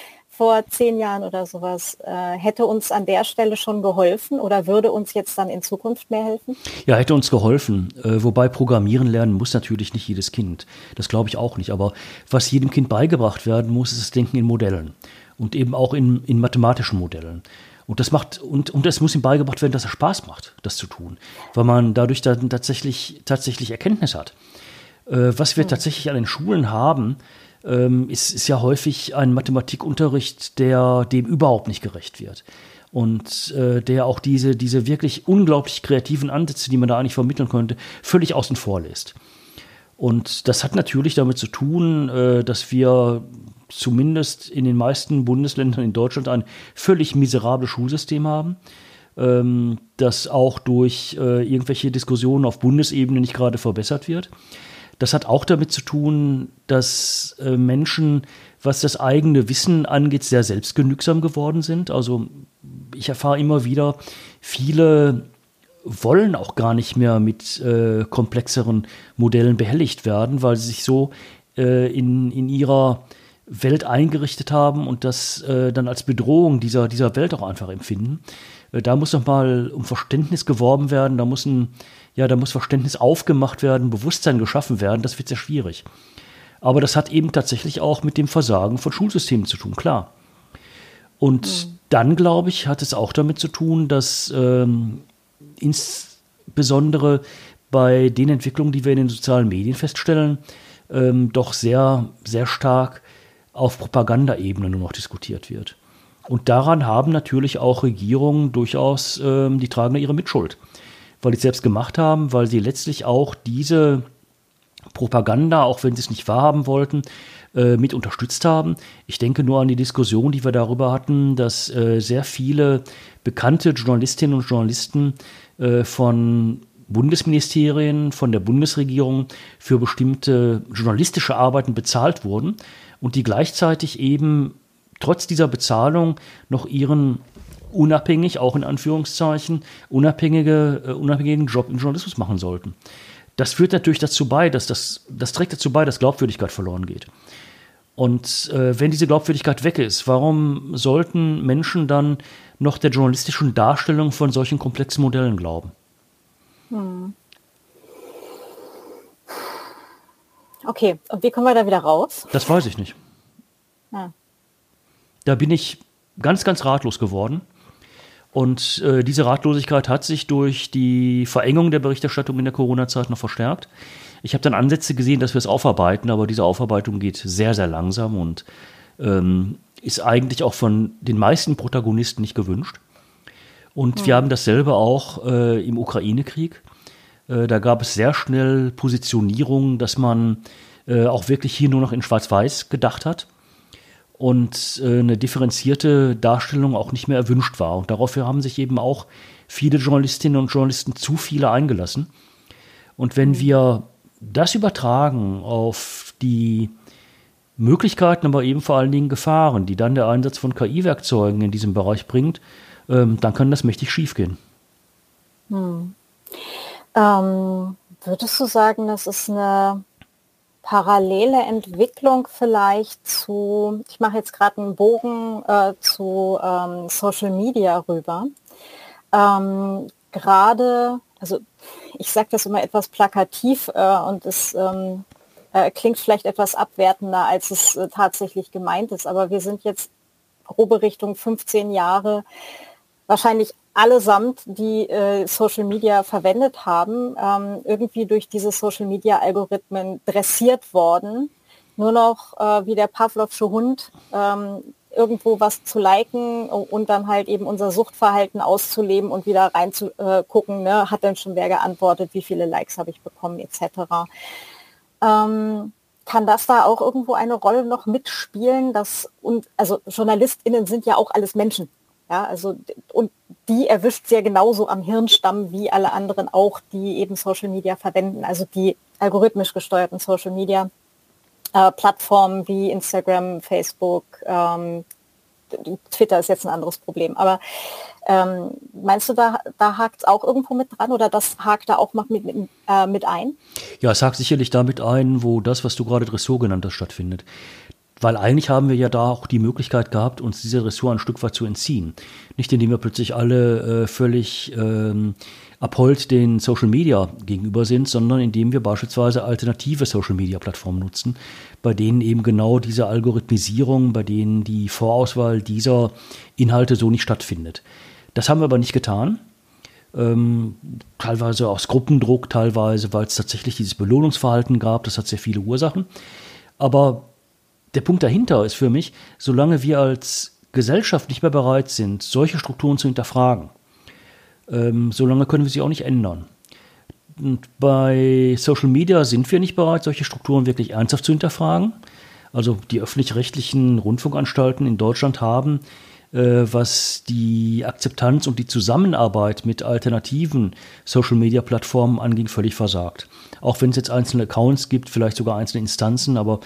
10 Jahren oder sowas, hätte uns an der Stelle schon geholfen oder würde uns jetzt dann in Zukunft mehr helfen? Ja, hätte uns geholfen. Wobei Programmieren lernen muss natürlich nicht jedes Kind. Das glaube ich auch nicht. Aber was jedem Kind beigebracht werden muss, ist das Denken in Modellen. Und eben auch in mathematischen Modellen. Und das macht, und es muss ihm beigebracht werden, dass es Spaß macht, das zu tun. Weil man dadurch dann tatsächlich Erkenntnis hat. Was wir tatsächlich an den Schulen haben, ist ja häufig ein Mathematikunterricht, der dem überhaupt nicht gerecht wird. Und der auch diese wirklich unglaublich kreativen Ansätze, die man da eigentlich vermitteln könnte, völlig außen vor lässt. Und das hat natürlich damit zu tun, dass wir zumindest in den meisten Bundesländern in Deutschland ein völlig miserables Schulsystem haben, das auch durch irgendwelche Diskussionen auf Bundesebene nicht gerade verbessert wird. Das hat auch damit zu tun, dass Menschen, was das eigene Wissen angeht, sehr selbstgenügsam geworden sind. Also ich erfahre immer wieder, viele wollen auch gar nicht mehr mit komplexeren Modellen behelligt werden, weil sie sich so in ihrer Welt eingerichtet haben und das dann als Bedrohung dieser Welt auch einfach empfinden. Da muss nochmal um Verständnis geworben werden, da muss Verständnis aufgemacht werden, Bewusstsein geschaffen werden, das wird sehr schwierig. Aber das hat eben tatsächlich auch mit dem Versagen von Schulsystemen zu tun, klar. Und dann, glaube ich, hat es auch damit zu tun, dass insbesondere bei den Entwicklungen, die wir in den sozialen Medien feststellen, doch sehr, sehr stark auf Propagandaebene nur noch diskutiert wird. Und daran haben natürlich auch Regierungen durchaus, die tragen da ihre Mitschuld. Weil sie es selbst gemacht haben, weil sie letztlich auch diese Propaganda, auch wenn sie es nicht wahrhaben wollten, mit unterstützt haben. Ich denke nur an die Diskussion, die wir darüber hatten, dass sehr viele bekannte Journalistinnen und Journalisten von Bundesministerien, von der Bundesregierung für bestimmte journalistische Arbeiten bezahlt wurden und die gleichzeitig eben trotz dieser Bezahlung noch ihren unabhängig, auch in Anführungszeichen, unabhängigen Job im Journalismus machen sollten. Das führt natürlich dazu bei, das trägt dazu bei, dass Glaubwürdigkeit verloren geht. Und wenn diese Glaubwürdigkeit weg ist, warum sollten Menschen dann noch der journalistischen Darstellung von solchen komplexen Modellen glauben? Okay, und wie kommen wir da wieder raus? Das weiß ich nicht. Ja. Da bin ich ganz, ganz ratlos geworden. Und diese Ratlosigkeit hat sich durch die Verengung der Berichterstattung in der Corona-Zeit noch verstärkt. Ich habe dann Ansätze gesehen, dass wir es aufarbeiten, aber diese Aufarbeitung geht sehr, sehr langsam und ist eigentlich auch von den meisten Protagonisten nicht gewünscht. Und wir haben dasselbe auch im Ukraine-Krieg. Da gab es sehr schnell Positionierungen, dass man auch wirklich hier nur noch in Schwarz-Weiß gedacht hat und eine differenzierte Darstellung auch nicht mehr erwünscht war. Und daraufhin haben sich eben auch viele Journalistinnen und Journalisten zu viele eingelassen. Und wenn wir das übertragen auf die Möglichkeiten, aber eben vor allen Dingen Gefahren, die dann der Einsatz von KI-Werkzeugen in diesem Bereich bringt, dann kann das mächtig schiefgehen. Würdest du sagen, das ist eine parallele Entwicklung vielleicht zu, ich mache jetzt gerade einen Bogen zu Social Media rüber. Gerade, also ich sage das immer etwas plakativ und es klingt vielleicht etwas abwertender, als es tatsächlich gemeint ist, aber wir sind jetzt grobe Richtung 15 Jahre wahrscheinlich allesamt, die Social Media verwendet haben, irgendwie durch diese Social Media Algorithmen dressiert worden, nur noch wie der Pavlovsche Hund irgendwo was zu liken und dann halt eben unser Suchtverhalten auszuleben und wieder reinzugucken, ne, hat denn schon wer geantwortet, wie viele Likes habe ich bekommen, etc. Kann das da auch irgendwo eine Rolle noch mitspielen? Also JournalistInnen sind ja auch alles Menschen. Ja, also, und die erwischt sehr genauso am Hirnstamm wie alle anderen auch, die eben Social Media verwenden. Also die algorithmisch gesteuerten Social Media Plattformen wie Instagram, Facebook, Twitter ist jetzt ein anderes Problem. Aber meinst du, da hakt es auch irgendwo mit dran oder das hakt da auch mit ein? Ja, es hakt sicherlich damit ein, wo das, was du gerade Dressur genannt hast, stattfindet. Weil eigentlich haben wir ja da auch die Möglichkeit gehabt, uns dieser Dressur ein Stück weit zu entziehen. Nicht indem wir plötzlich alle völlig abhold den Social Media gegenüber sind, sondern indem wir beispielsweise alternative Social Media Plattformen nutzen, bei denen eben genau diese Algorithmisierung, bei denen die Vorauswahl dieser Inhalte so nicht stattfindet. Das haben wir aber nicht getan. Teilweise aus Gruppendruck, teilweise, weil es tatsächlich dieses Belohnungsverhalten gab. Das hat sehr viele Ursachen. Aber der Punkt dahinter ist für mich, solange wir als Gesellschaft nicht mehr bereit sind, solche Strukturen zu hinterfragen, solange können wir sie auch nicht ändern. Und bei Social Media sind wir nicht bereit, solche Strukturen wirklich ernsthaft zu hinterfragen. Also die öffentlich-rechtlichen Rundfunkanstalten in Deutschland haben, was die Akzeptanz und die Zusammenarbeit mit alternativen Social-Media-Plattformen anging, völlig versagt. Auch wenn es jetzt einzelne Accounts gibt, vielleicht sogar einzelne Instanzen, aber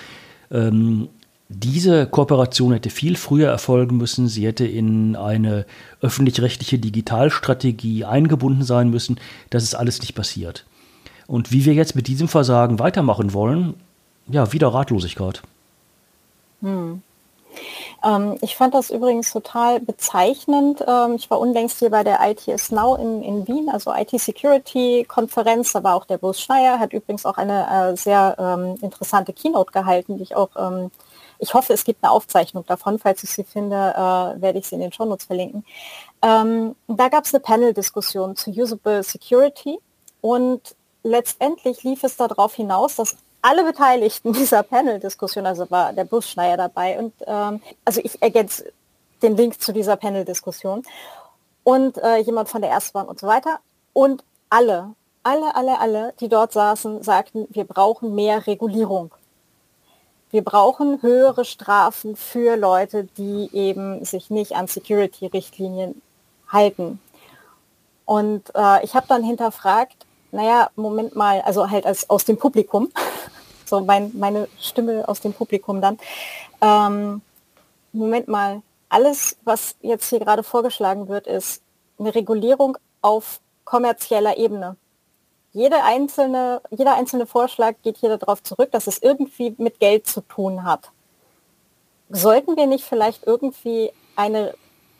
diese Kooperation hätte viel früher erfolgen müssen. Sie hätte in eine öffentlich-rechtliche Digitalstrategie eingebunden sein müssen. Das ist alles nicht passiert. Und wie wir jetzt mit diesem Versagen weitermachen wollen, ja, wieder Ratlosigkeit. Hm. Ich fand das übrigens total bezeichnend. Ich war unlängst hier bei der ITS Now in Wien, also IT-Security-Konferenz. Da war auch der Bruce Schneier, hat übrigens auch eine sehr interessante Keynote gehalten, die ich hoffe, es gibt eine Aufzeichnung davon. Falls ich sie finde, werde ich sie in den Shownotes verlinken. Da gab es eine Panel-Diskussion zu Usable Security und letztendlich lief es darauf hinaus, dass alle Beteiligten dieser Panel-Diskussion, also war der Bruce Schneier dabei und also ich ergänze den Link zu dieser Panel-Diskussion und jemand von der Erstbahn und so weiter und alle, die dort saßen, sagten, wir brauchen mehr Regulierung. Wir brauchen höhere Strafen für Leute, die eben sich nicht an Security-Richtlinien halten. Und ich habe dann hinterfragt, naja, Moment mal, also halt aus dem Publikum, so meine Stimme aus dem Publikum dann, Moment mal, alles, was jetzt hier gerade vorgeschlagen wird, ist eine Regulierung auf kommerzieller Ebene. Jeder einzelne Vorschlag geht hier darauf zurück, dass es irgendwie mit Geld zu tun hat. Sollten wir nicht vielleicht irgendwie eine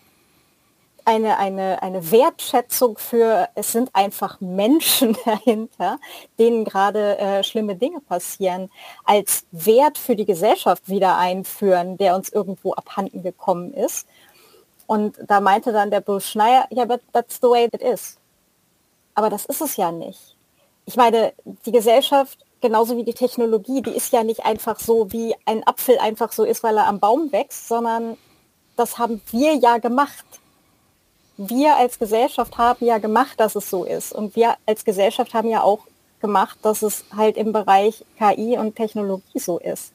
Wertschätzung für, es sind einfach Menschen dahinter, denen gerade schlimme Dinge passieren, als Wert für die Gesellschaft wieder einführen, der uns irgendwo abhanden gekommen ist? Und da meinte dann der Bruce Schneier, ja, but that's the way it is. Aber das ist es ja nicht. Ich meine, die Gesellschaft, genauso wie die Technologie, die ist ja nicht einfach so, wie ein Apfel einfach so ist, weil er am Baum wächst, sondern das haben wir ja gemacht. Wir als Gesellschaft haben ja gemacht, dass es so ist. Und wir als Gesellschaft haben ja auch gemacht, dass es halt im Bereich KI und Technologie so ist.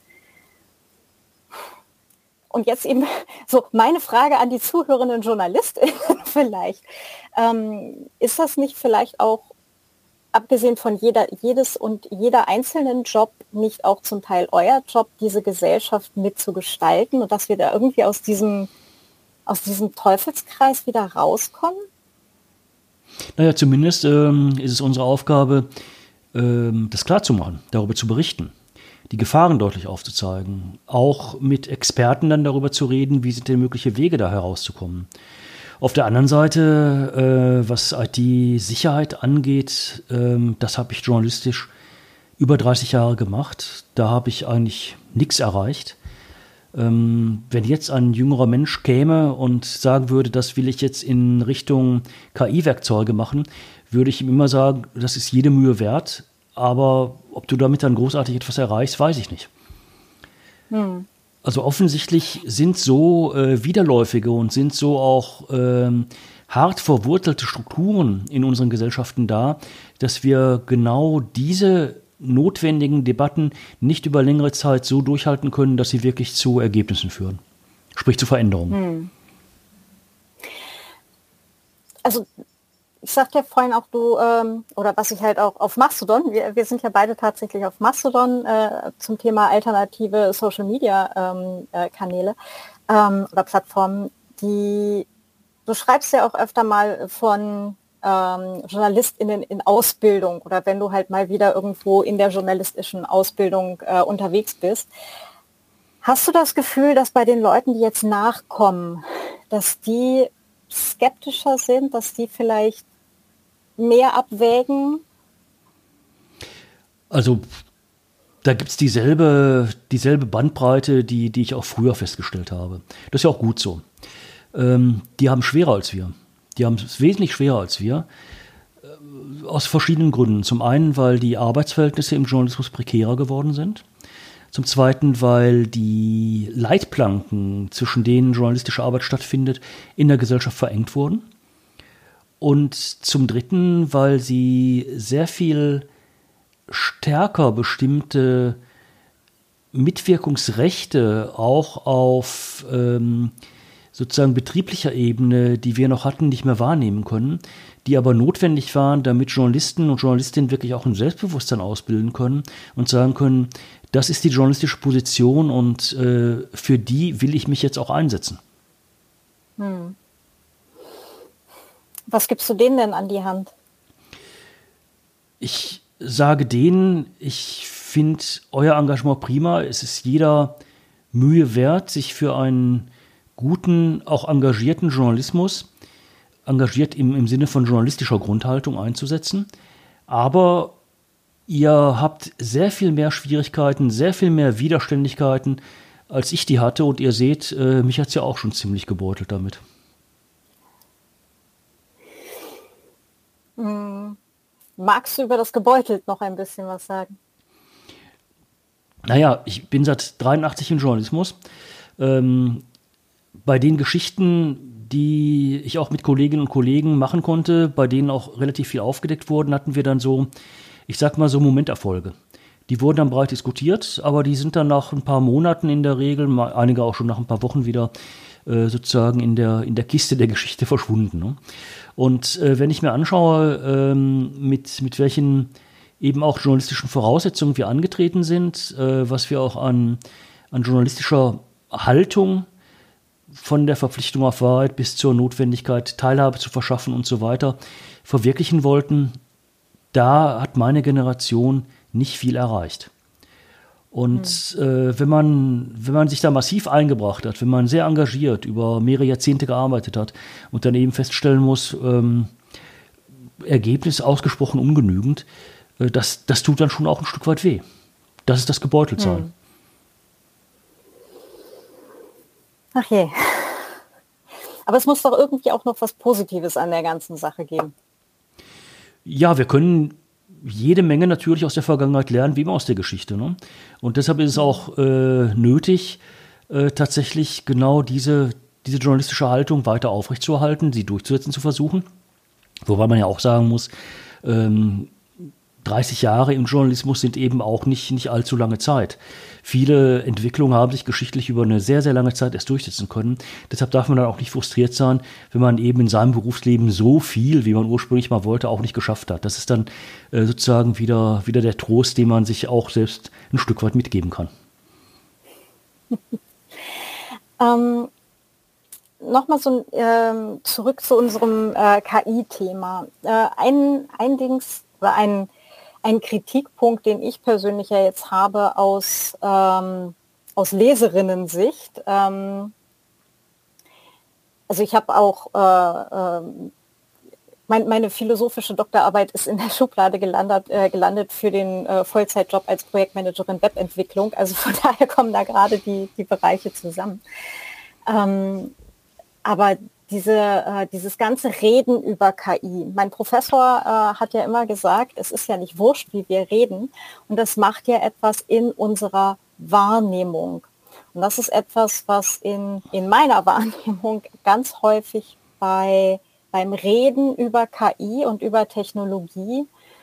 Und jetzt eben so meine Frage an die zuhörenden JournalistInnen vielleicht. Ist das nicht vielleicht auch, abgesehen von jeder einzelnen Job, nicht auch zum Teil euer Job, diese Gesellschaft mitzugestalten und dass wir da irgendwie aus diesem Teufelskreis wieder rauskommen? Naja, zumindest ist es unsere Aufgabe, das klarzumachen, darüber zu berichten, die Gefahren deutlich aufzuzeigen, auch mit Experten dann darüber zu reden, wie sind denn mögliche Wege da herauszukommen. Auf der anderen Seite, was IT-Sicherheit angeht, das habe ich journalistisch über 30 Jahre gemacht. Da habe ich eigentlich nichts erreicht. Wenn jetzt ein jüngerer Mensch käme und sagen würde, das will ich jetzt in Richtung KI-Werkzeuge machen, würde ich ihm immer sagen, das ist jede Mühe wert, aber ob du damit dann großartig etwas erreichst, weiß ich nicht. Also offensichtlich sind so widerläufige und sind so auch hart verwurzelte Strukturen in unseren Gesellschaften da, dass wir genau diese notwendigen Debatten nicht über längere Zeit so durchhalten können, dass sie wirklich zu Ergebnissen führen. Sprich zu Veränderungen. Also ich sagte ja vorhin auch oder was ich halt auch auf Mastodon, wir sind ja beide tatsächlich auf Mastodon zum Thema alternative Social-Media-Kanäle oder Plattformen, du schreibst ja auch öfter mal von JournalistInnen in Ausbildung oder wenn du halt mal wieder irgendwo in der journalistischen Ausbildung unterwegs bist. Hast du das Gefühl, dass bei den Leuten, die jetzt nachkommen, dass die skeptischer sind, dass die vielleicht mehr abwägen? Also da gibt es dieselbe Bandbreite, die ich auch früher festgestellt habe. Das ist ja auch gut so. Die haben schwerer als wir. Die haben es wesentlich schwerer als wir, aus verschiedenen Gründen. Zum einen, weil die Arbeitsverhältnisse im Journalismus prekärer geworden sind. Zum zweiten, weil die Leitplanken, zwischen denen journalistische Arbeit stattfindet, in der Gesellschaft verengt wurden. Und zum dritten, weil sie sehr viel stärker bestimmte Mitwirkungsrechte auch auf sozusagen betrieblicher Ebene, die wir noch hatten, nicht mehr wahrnehmen können, die aber notwendig waren, damit Journalisten und Journalistinnen wirklich auch ein Selbstbewusstsein ausbilden können und sagen können, das ist die journalistische Position und für die will ich mich jetzt auch einsetzen. Was gibst du denen denn an die Hand? Ich sage denen, ich finde euer Engagement prima, es ist jeder Mühe wert, sich für einen guten, auch engagierten Journalismus, engagiert im Sinne von journalistischer Grundhaltung einzusetzen. Aber ihr habt sehr viel mehr Schwierigkeiten, sehr viel mehr Widerständigkeiten, als ich die hatte. Und ihr seht, mich hat es ja auch schon ziemlich gebeutelt damit. Magst du über das Gebeutelt noch ein bisschen was sagen? Naja, ich bin seit 83 im Journalismus. Bei den Geschichten, die ich auch mit Kolleginnen und Kollegen machen konnte, bei denen auch relativ viel aufgedeckt wurden, hatten wir dann so, ich sag mal so Momenterfolge. Die wurden dann breit diskutiert, aber die sind dann nach ein paar Monaten in der Regel, einige auch schon nach ein paar Wochen wieder sozusagen in der Kiste der Geschichte verschwunden. Ne? Und wenn ich mir anschaue, mit welchen eben auch journalistischen Voraussetzungen wir angetreten sind, was wir auch an journalistischer Haltung von der Verpflichtung auf Wahrheit bis zur Notwendigkeit, Teilhabe zu verschaffen und so weiter, verwirklichen wollten, da hat meine Generation nicht viel erreicht. Und wenn man sich da massiv eingebracht hat, wenn man sehr engagiert über mehrere Jahrzehnte gearbeitet hat und dann eben feststellen muss, Ergebnis ausgesprochen ungenügend, das tut dann schon auch ein Stück weit weh. Das ist das Gebeuteltsein. Ach je. Aber es muss doch irgendwie auch noch was Positives an der ganzen Sache geben. Ja, wir können jede Menge natürlich aus der Vergangenheit lernen, wie immer aus der Geschichte. Ne? Und deshalb ist es auch nötig, tatsächlich genau diese journalistische Haltung weiter aufrechtzuerhalten, sie durchzusetzen zu versuchen. Wobei man ja auch sagen muss, 30 Jahre im Journalismus sind eben auch nicht allzu lange Zeit. Viele Entwicklungen haben sich geschichtlich über eine sehr, sehr lange Zeit erst durchsetzen können. Deshalb darf man dann auch nicht frustriert sein, wenn man eben in seinem Berufsleben so viel, wie man ursprünglich mal wollte, auch nicht geschafft hat. Das ist dann sozusagen wieder der Trost, den man sich auch selbst ein Stück weit mitgeben kann. Nochmal so zurück zu unserem KI-Thema. Ein Kritikpunkt, den ich persönlich ja jetzt habe aus Leserinnen-Sicht. Also ich habe auch meine philosophische Doktorarbeit ist in der Schublade gelandet für den Vollzeitjob als Projektmanagerin Webentwicklung. Also von daher kommen da gerade die Bereiche zusammen. Aber dieses ganze Reden über KI. Mein Professor hat ja immer gesagt, es ist ja nicht wurscht, wie wir reden. Und das macht ja etwas in unserer Wahrnehmung. Und das ist etwas, was in meiner Wahrnehmung ganz häufig beim Reden über KI und über Technologie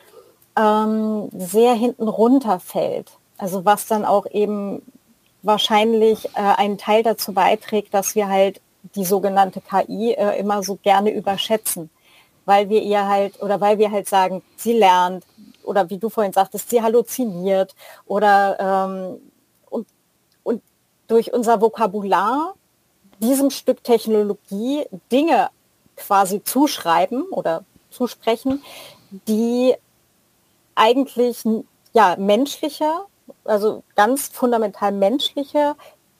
sehr hinten runterfällt. Also was dann auch eben wahrscheinlich einen Teil dazu beiträgt, dass wir halt die sogenannte KI immer so gerne überschätzen, weil wir halt sagen, sie lernt oder wie du vorhin sagtest, sie halluziniert oder und durch unser Vokabular diesem Stück Technologie Dinge quasi zuschreiben oder zusprechen, die eigentlich ja menschliche, also ganz fundamental menschliche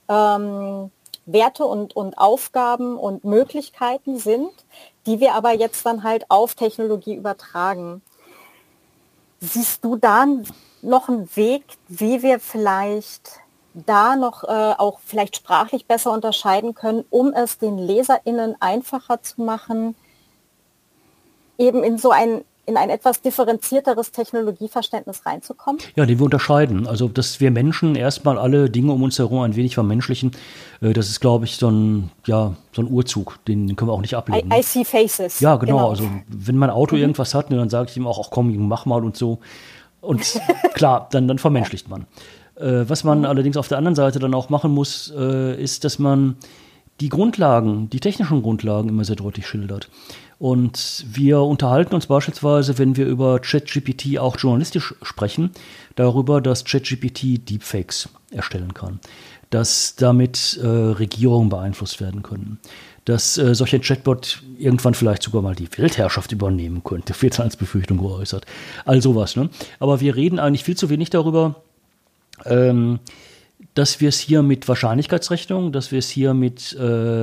Werte und Aufgaben und Möglichkeiten sind, die wir aber jetzt dann halt auf Technologie übertragen. Siehst du da noch einen Weg, wie wir vielleicht da noch auch vielleicht sprachlich besser unterscheiden können, um es den LeserInnen einfacher zu machen, eben in ein etwas differenzierteres Technologieverständnis reinzukommen? Ja, den wir unterscheiden. Also, dass wir Menschen erstmal alle Dinge um uns herum ein wenig vermenschlichen, das ist, glaube ich, so ein Urzug, den können wir auch nicht ablegen. I see faces. Ja, genau. Also, wenn mein Auto irgendwas hat, dann sage ich ihm auch, ach komm, mach mal und so. Und klar, dann vermenschlicht man. Was man allerdings auf der anderen Seite dann auch machen muss, ist, dass man die technischen Grundlagen immer sehr deutlich schildert. Und wir unterhalten uns beispielsweise, wenn wir über ChatGPT auch journalistisch sprechen, darüber, dass ChatGPT Deepfakes erstellen kann, dass damit Regierungen beeinflusst werden können, dass solch ein Chatbot irgendwann vielleicht sogar mal die Weltherrschaft übernehmen könnte, wird als Befürchtung geäußert. All sowas, ne? Aber wir reden eigentlich viel zu wenig darüber, dass wir es hier mit Wahrscheinlichkeitsrechnung, dass wir es hier mit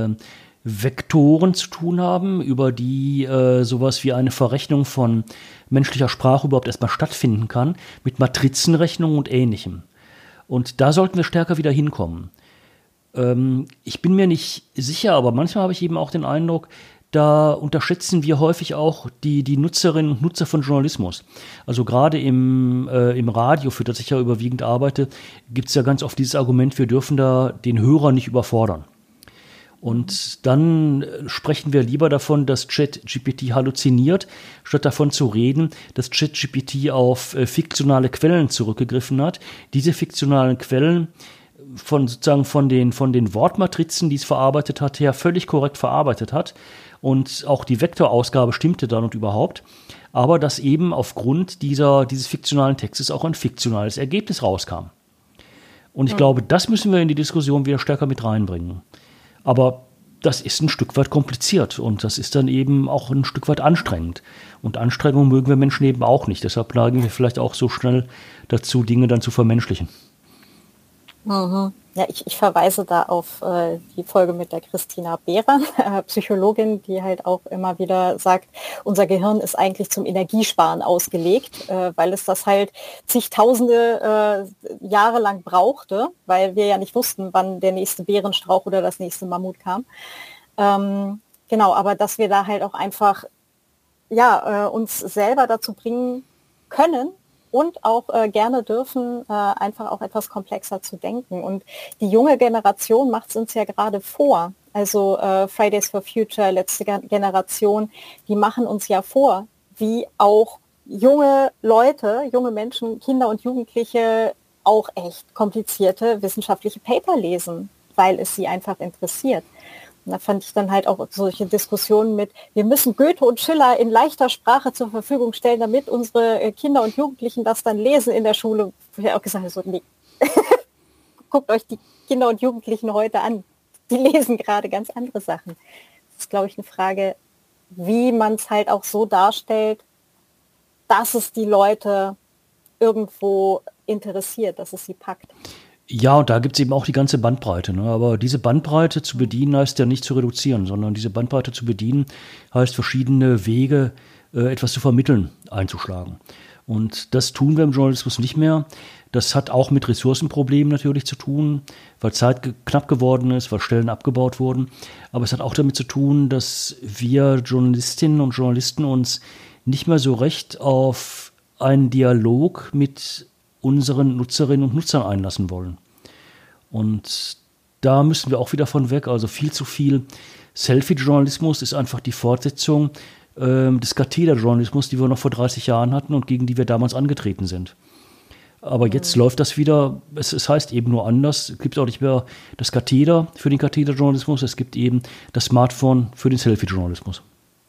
Vektoren zu tun haben, über die sowas wie eine Verrechnung von menschlicher Sprache überhaupt erstmal stattfinden kann, mit Matrizenrechnung und Ähnlichem. Und da sollten wir stärker wieder hinkommen. Ich bin mir nicht sicher, aber manchmal habe ich eben auch den Eindruck, da unterschätzen wir häufig auch die Nutzerinnen und Nutzer von Journalismus. Also gerade im Radio, für das ich ja überwiegend arbeite, gibt es ja ganz oft dieses Argument, wir dürfen da den Hörer nicht überfordern. Und dann sprechen wir lieber davon, dass ChatGPT halluziniert, statt davon zu reden, dass ChatGPT auf fiktionale Quellen zurückgegriffen hat. Diese fiktionalen Quellen von den Wortmatrizen, die es verarbeitet hat, her völlig korrekt verarbeitet hat. Und auch die Vektorausgabe stimmte dann und überhaupt. Aber dass eben aufgrund dieses fiktionalen Textes auch ein fiktionales Ergebnis rauskam. Und ich glaube, das müssen wir in die Diskussion wieder stärker mit reinbringen. Aber das ist ein Stück weit kompliziert und das ist dann eben auch ein Stück weit anstrengend. Und Anstrengung mögen wir Menschen eben auch nicht. Deshalb neigen wir vielleicht auch so schnell dazu, Dinge dann zu vermenschlichen. Mhm. Ja, ich verweise da auf die Folge mit der Christina Behrer, Psychologin, die halt auch immer wieder sagt, unser Gehirn ist eigentlich zum Energiesparen ausgelegt, weil es das halt zigtausende Jahre lang brauchte, weil wir ja nicht wussten, wann der nächste Bärenstrauch oder das nächste Mammut kam. Genau, aber dass wir da halt auch einfach uns selber dazu bringen können, und auch gerne dürfen, einfach auch etwas komplexer zu denken. Und die junge Generation macht es uns ja gerade vor. Also Fridays for Future, letzte Generation, die machen uns ja vor, wie auch junge Leute, junge Menschen, Kinder und Jugendliche auch echt komplizierte wissenschaftliche Paper lesen, weil es sie einfach interessiert. Und da fand ich dann halt auch solche Diskussionen mit, wir müssen Goethe und Schiller in leichter Sprache zur Verfügung stellen, damit unsere Kinder und Jugendlichen das dann lesen in der Schule. Wo ich auch gesagt habe, so, nee, guckt euch die Kinder und Jugendlichen heute an. Die lesen gerade ganz andere Sachen. Das ist, glaube ich, eine Frage, wie man es halt auch so darstellt, dass es die Leute irgendwo interessiert, dass es sie packt. Ja, und da gibt es eben auch die ganze Bandbreite. Ne? Aber diese Bandbreite zu bedienen heißt ja nicht zu reduzieren, sondern diese Bandbreite zu bedienen heißt verschiedene Wege, etwas zu vermitteln, einzuschlagen. Und das tun wir im Journalismus nicht mehr. Das hat auch mit Ressourcenproblemen natürlich zu tun, weil Zeit knapp geworden ist, weil Stellen abgebaut wurden. Aber es hat auch damit zu tun, dass wir Journalistinnen und Journalisten uns nicht mehr so recht auf einen Dialog mit unseren Nutzerinnen und Nutzern einlassen wollen. Und da müssen wir auch wieder von weg. Also viel zu viel Selfie-Journalismus ist einfach die Fortsetzung des Katheder-Journalismus, die wir noch vor 30 Jahren hatten und gegen die wir damals angetreten sind. Aber jetzt läuft das wieder, es heißt eben nur anders. Es gibt auch nicht mehr das Katheder für den Katheder-Journalismus, es gibt eben das Smartphone für den Selfie-Journalismus.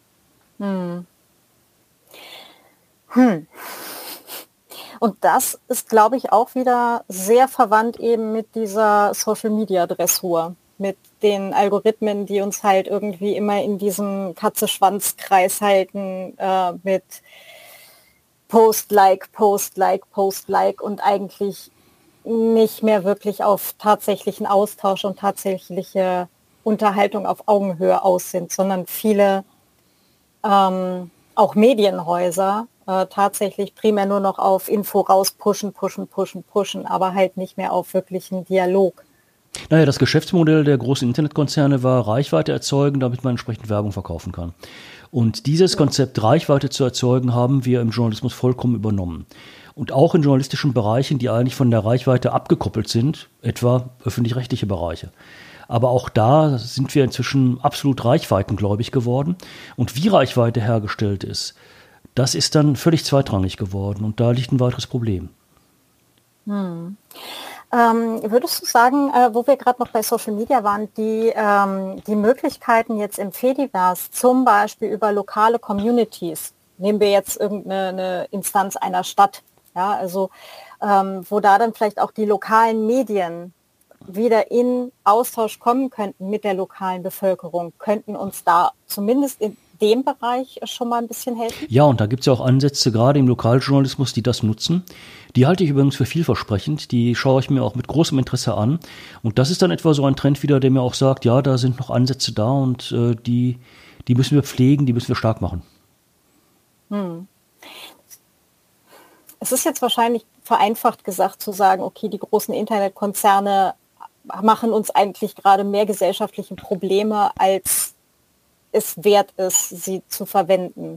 Und das ist, glaube ich, auch wieder sehr verwandt eben mit dieser Social-Media-Dressur, mit den Algorithmen, die uns halt irgendwie immer in diesem Katze-Schwanz-Kreis halten, mit Post-Like, Post-Like, Post-Like und eigentlich nicht mehr wirklich auf tatsächlichen Austausch und tatsächliche Unterhaltung auf Augenhöhe aus sind, sondern viele auch Medienhäuser tatsächlich primär nur noch auf Info raus pushen, aber halt nicht mehr auf wirklichen Dialog. Naja, das Geschäftsmodell der großen Internetkonzerne war Reichweite erzeugen, damit man entsprechend Werbung verkaufen kann. Und dieses Konzept, Reichweite zu erzeugen, haben wir im Journalismus vollkommen übernommen. Und auch in journalistischen Bereichen, die eigentlich von der Reichweite abgekoppelt sind, etwa öffentlich-rechtliche Bereiche. Aber auch da sind wir inzwischen absolut reichweitengläubig geworden. Und wie Reichweite hergestellt ist, das ist dann völlig zweitrangig geworden. Und da liegt ein weiteres Problem. Würdest du sagen, wo wir gerade noch bei Social Media waren, die Möglichkeiten jetzt im Fediverse, zum Beispiel über lokale Communities, nehmen wir jetzt irgendeine Instanz einer Stadt, ja, also wo da dann vielleicht auch die lokalen Medien wieder in Austausch kommen könnten mit der lokalen Bevölkerung, könnten uns da zumindest dem Bereich schon mal ein bisschen helfen? Ja, und da gibt es ja auch Ansätze, gerade im Lokaljournalismus, die das nutzen. Die halte ich übrigens für vielversprechend. Die schaue ich mir auch mit großem Interesse an. Und das ist dann etwa so ein Trend wieder, der mir auch sagt, ja, da sind noch Ansätze da und die müssen wir pflegen, die müssen wir stark machen. Es ist jetzt wahrscheinlich vereinfacht gesagt zu sagen, okay, die großen Internetkonzerne machen uns eigentlich gerade mehr gesellschaftliche Probleme, als es wert ist, sie zu verwenden.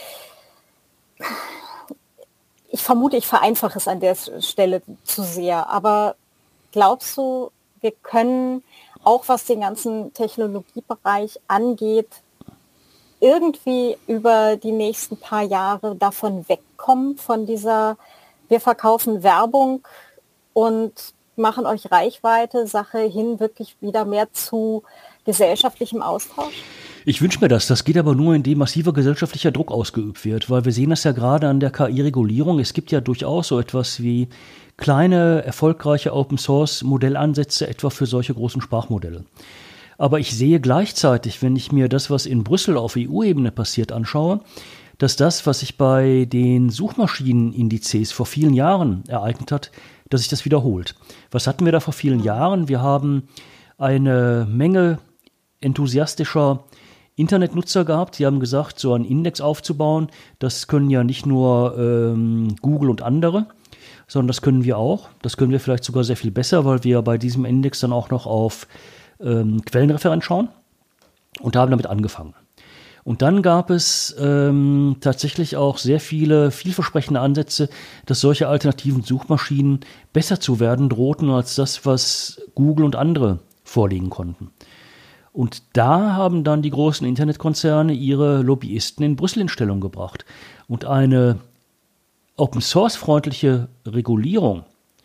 Ich vermute, ich vereinfache es an der Stelle zu sehr, aber glaubst du, wir können auch, was den ganzen Technologiebereich angeht, irgendwie über die nächsten paar Jahre davon wegkommen, von dieser wir verkaufen Werbung und machen euch Reichweite Sache hin, wirklich wieder mehr zu gesellschaftlichem Austausch? Ich wünsche mir das. Das geht aber nur, indem massiver gesellschaftlicher Druck ausgeübt wird, weil wir sehen das ja gerade an der KI-Regulierung. Es gibt ja durchaus so etwas wie kleine, erfolgreiche Open-Source-Modellansätze, etwa für solche großen Sprachmodelle. Aber ich sehe gleichzeitig, wenn ich mir das, was in Brüssel auf EU-Ebene passiert, anschaue, dass das, was sich bei den Suchmaschinenindizes vor vielen Jahren ereignet hat, dass sich das wiederholt. Was hatten wir da vor vielen Jahren? Wir haben eine Menge enthusiastischer Internetnutzer gehabt, die haben gesagt, so einen Index aufzubauen, das können ja nicht nur Google und andere, sondern das können wir auch. Das können wir vielleicht sogar sehr viel besser, weil wir bei diesem Index dann auch noch auf Quellenreferenz schauen und da haben damit angefangen. Und dann gab es tatsächlich auch sehr viele vielversprechende Ansätze, dass solche alternativen Suchmaschinen besser zu werden drohten als das, was Google und andere vorlegen konnten. Und da haben dann die großen Internetkonzerne ihre Lobbyisten in Brüssel in Stellung gebracht. Und eine Open-Source-freundliche Regulierung,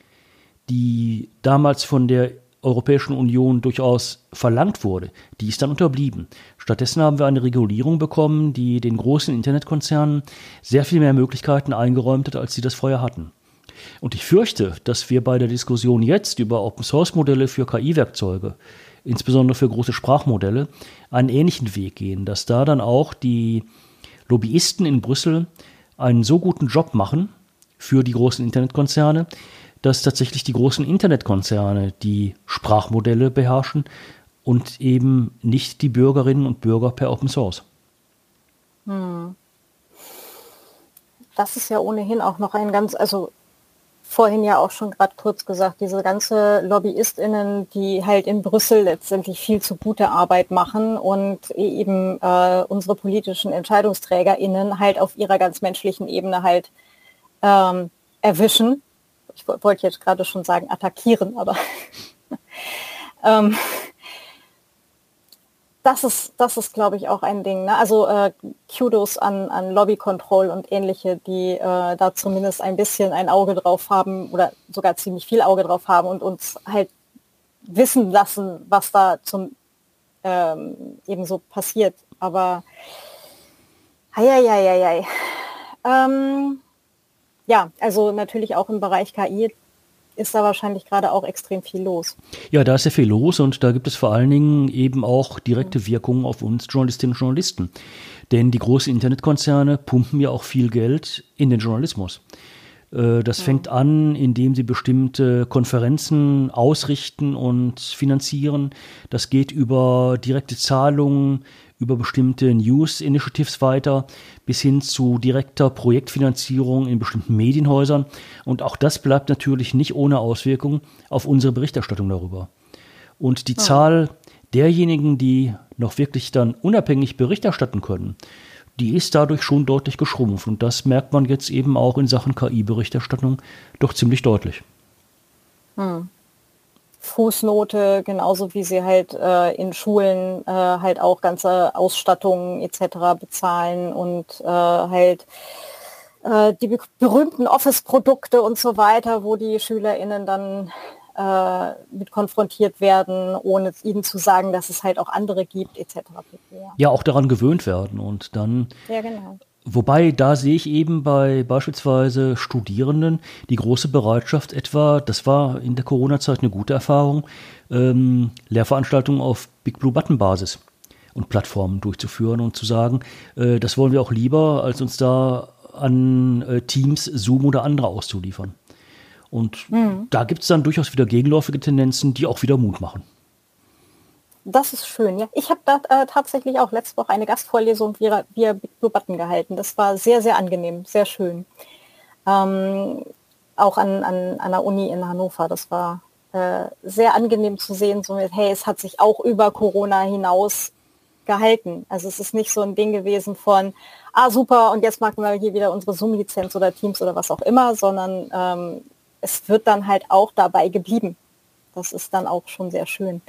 die damals von der Europäischen Union durchaus verlangt wurde, die ist dann unterblieben. Stattdessen haben wir eine Regulierung bekommen, die den großen Internetkonzernen sehr viel mehr Möglichkeiten eingeräumt hat, als sie das vorher hatten. Und ich fürchte, dass wir bei der Diskussion jetzt über Open-Source-Modelle für KI-Werkzeuge, insbesondere für große Sprachmodelle, einen ähnlichen Weg gehen, dass da dann auch die Lobbyisten in Brüssel einen so guten Job machen für die großen Internetkonzerne, dass tatsächlich die großen Internetkonzerne die Sprachmodelle beherrschen und eben nicht die Bürgerinnen und Bürger per Open Source. Das ist ja ohnehin auch noch ein ganz, also vorhin ja auch schon gerade kurz gesagt, diese ganze LobbyistInnen, die halt in Brüssel letztendlich viel zu gute Arbeit machen und eben unsere politischen EntscheidungsträgerInnen halt auf ihrer ganz menschlichen Ebene halt erwischen. Ich wollte jetzt gerade schon sagen attackieren, aber das ist, glaube ich, auch ein Ding. Ne? Also Kudos an Lobby Control und ähnliche, die da zumindest ein bisschen ein Auge drauf haben oder sogar ziemlich viel Auge drauf haben und uns halt wissen lassen, was da zum eben so passiert. Aber ja, also natürlich auch im Bereich KI ist da wahrscheinlich gerade auch extrem viel los. Ja, da ist ja viel los und da gibt es vor allen Dingen eben auch direkte Wirkungen auf uns Journalistinnen und Journalisten. Denn die großen Internetkonzerne pumpen ja auch viel Geld in den Journalismus. Das fängt an, indem sie bestimmte Konferenzen ausrichten und finanzieren. Das geht über direkte Zahlungen, über bestimmte News-Initiatives weiter, bis hin zu direkter Projektfinanzierung in bestimmten Medienhäusern. Und auch das bleibt natürlich nicht ohne Auswirkung auf unsere Berichterstattung darüber. Und die Zahl derjenigen, die noch wirklich dann unabhängig Bericht erstatten können, die ist dadurch schon deutlich geschrumpft. Und das merkt man jetzt eben auch in Sachen KI-Berichterstattung doch ziemlich deutlich. Fußnote, genauso wie sie halt in Schulen halt auch ganze Ausstattungen etc. bezahlen und halt die berühmten Office-Produkte und so weiter, wo die SchülerInnen dann mit konfrontiert werden, ohne ihnen zu sagen, dass es halt auch andere gibt, etc. Ja, auch daran gewöhnt werden und dann... Ja, genau. Wobei, da sehe ich eben bei beispielsweise Studierenden die große Bereitschaft etwa, das war in der Corona-Zeit eine gute Erfahrung, Lehrveranstaltungen auf Big Blue Button Basis und Plattformen durchzuführen und zu sagen, das wollen wir auch lieber, als uns da an Teams, Zoom oder andere auszuliefern. Und da gibt es dann durchaus wieder gegenläufige Tendenzen, die auch wieder Mut machen. Das ist schön, ja. Ich habe da tatsächlich auch letzte Woche eine Gastvorlesung via Big Blue Button gehalten. Das war sehr, sehr angenehm, sehr schön. Auch an der Uni in Hannover. Das war sehr angenehm zu sehen, so mit, hey, es hat sich auch über Corona hinaus gehalten. Also es ist nicht so ein Ding gewesen von, super, und jetzt machen wir hier wieder unsere Zoom-Lizenz oder Teams oder was auch immer, sondern es wird dann halt auch dabei geblieben. Das ist dann auch schon sehr schön.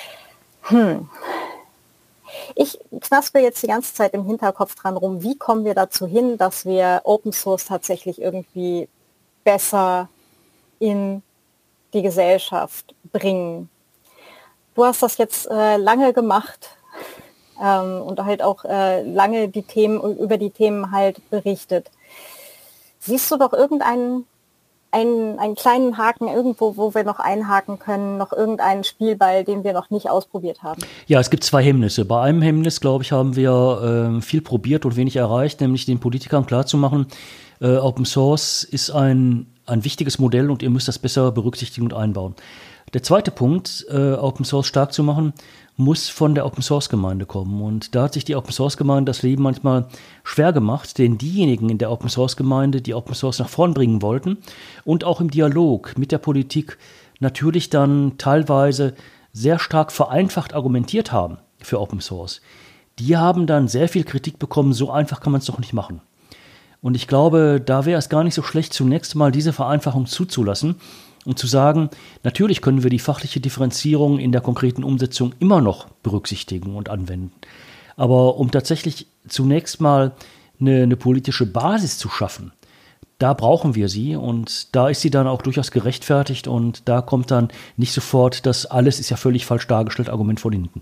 Ich knaspe jetzt die ganze Zeit im Hinterkopf dran rum, wie kommen wir dazu hin, dass wir Open Source tatsächlich irgendwie besser in die Gesellschaft bringen. Du hast das jetzt lange gemacht und halt auch lange über die Themen halt berichtet. Siehst du doch irgendeinen einen kleinen Haken irgendwo, wo wir noch einhaken können, noch irgendeinen Spielball, den wir noch nicht ausprobiert haben? Ja, es gibt zwei Hemmnisse. Bei einem Hemmnis, glaube ich, haben wir viel probiert und wenig erreicht, nämlich den Politikern klarzumachen, Open Source ist ein wichtiges Modell und ihr müsst das besser berücksichtigen und einbauen. Der zweite Punkt, Open Source stark zu machen, muss von der Open Source Gemeinde kommen. Und da hat sich die Open Source Gemeinde das Leben manchmal schwer gemacht, denn diejenigen in der Open Source Gemeinde, die Open Source nach vorn bringen wollten und auch im Dialog mit der Politik natürlich dann teilweise sehr stark vereinfacht argumentiert haben für Open Source, die haben dann sehr viel Kritik bekommen, so einfach kann man es doch nicht machen. Und ich glaube, da wäre es gar nicht so schlecht, zunächst mal diese Vereinfachung zuzulassen und zu sagen, natürlich können wir die fachliche Differenzierung in der konkreten Umsetzung immer noch berücksichtigen und anwenden. Aber um tatsächlich zunächst mal eine politische Basis zu schaffen, da brauchen wir sie und da ist sie dann auch durchaus gerechtfertigt und da kommt dann nicht sofort das alles ist ja völlig falsch dargestellt Argument von hinten.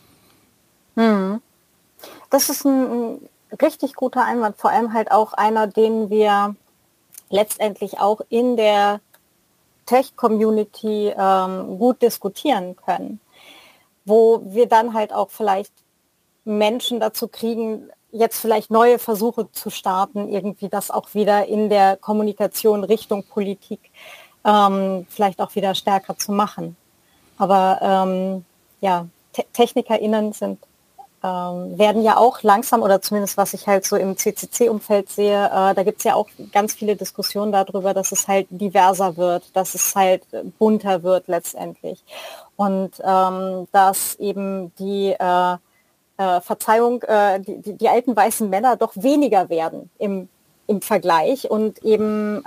Das ist ein richtig guter Einwand, vor allem halt auch einer, den wir letztendlich auch in der Tech-Community gut diskutieren können, wo wir dann halt auch vielleicht Menschen dazu kriegen, jetzt vielleicht neue Versuche zu starten, irgendwie das auch wieder in der Kommunikation Richtung Politik vielleicht auch wieder stärker zu machen. Aber TechnikerInnen werden ja auch langsam, oder zumindest was ich halt so im CCC-Umfeld sehe, da gibt es ja auch ganz viele Diskussionen darüber, dass es halt diverser wird, dass es halt bunter wird letztendlich. Und dass eben die Verzeihung, die alten weißen Männer doch weniger werden im Vergleich und eben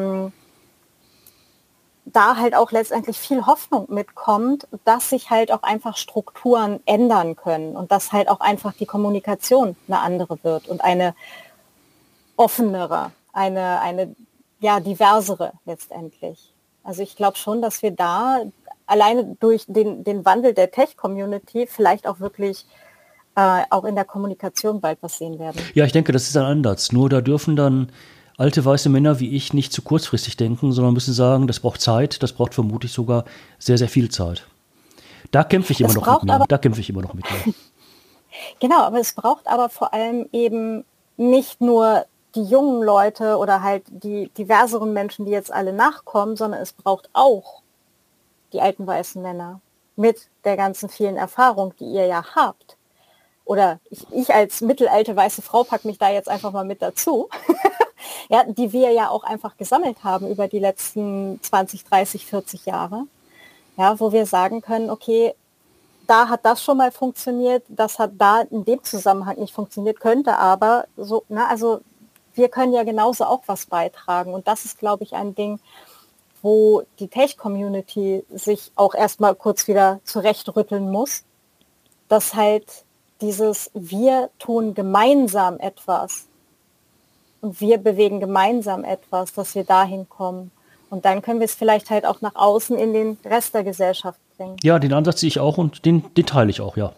da halt auch letztendlich viel Hoffnung mitkommt, dass sich halt auch einfach Strukturen ändern können und dass halt auch einfach die Kommunikation eine andere wird und eine offenere, eine diversere letztendlich. Also ich glaube schon, dass wir da alleine durch den Wandel der Tech-Community vielleicht auch wirklich auch in der Kommunikation bald was sehen werden. Ja, ich denke, das ist ein Ansatz. Nur da dürfen dann alte weiße Männer wie ich nicht zu kurzfristig denken, sondern müssen sagen, das braucht Zeit, das braucht vermutlich sogar sehr, sehr viel Zeit. Da kämpfe ich immer noch mit mir. Genau, aber es braucht aber vor allem eben nicht nur die jungen Leute oder halt die diverseren Menschen, die jetzt alle nachkommen, sondern es braucht auch die alten weißen Männer mit der ganzen vielen Erfahrung, die ihr ja habt. Oder ich als mittelalte weiße Frau packe mich da jetzt einfach mal mit dazu. Ja, die wir ja auch einfach gesammelt haben über die letzten 20, 30, 40 Jahre, ja, wo wir sagen können, okay, da hat das schon mal funktioniert, das hat da in dem Zusammenhang nicht funktioniert, könnte aber so, also wir können ja genauso auch was beitragen und das ist, glaube ich, ein Ding, wo die Tech-Community sich auch erstmal kurz wieder zurechtrütteln muss, dass halt dieses wir tun gemeinsam etwas und wir bewegen gemeinsam etwas, dass wir dahin kommen. Und dann können wir es vielleicht halt auch nach außen in den Rest der Gesellschaft bringen. Ja, den Ansatz sehe ich auch und den teile ich auch, ja.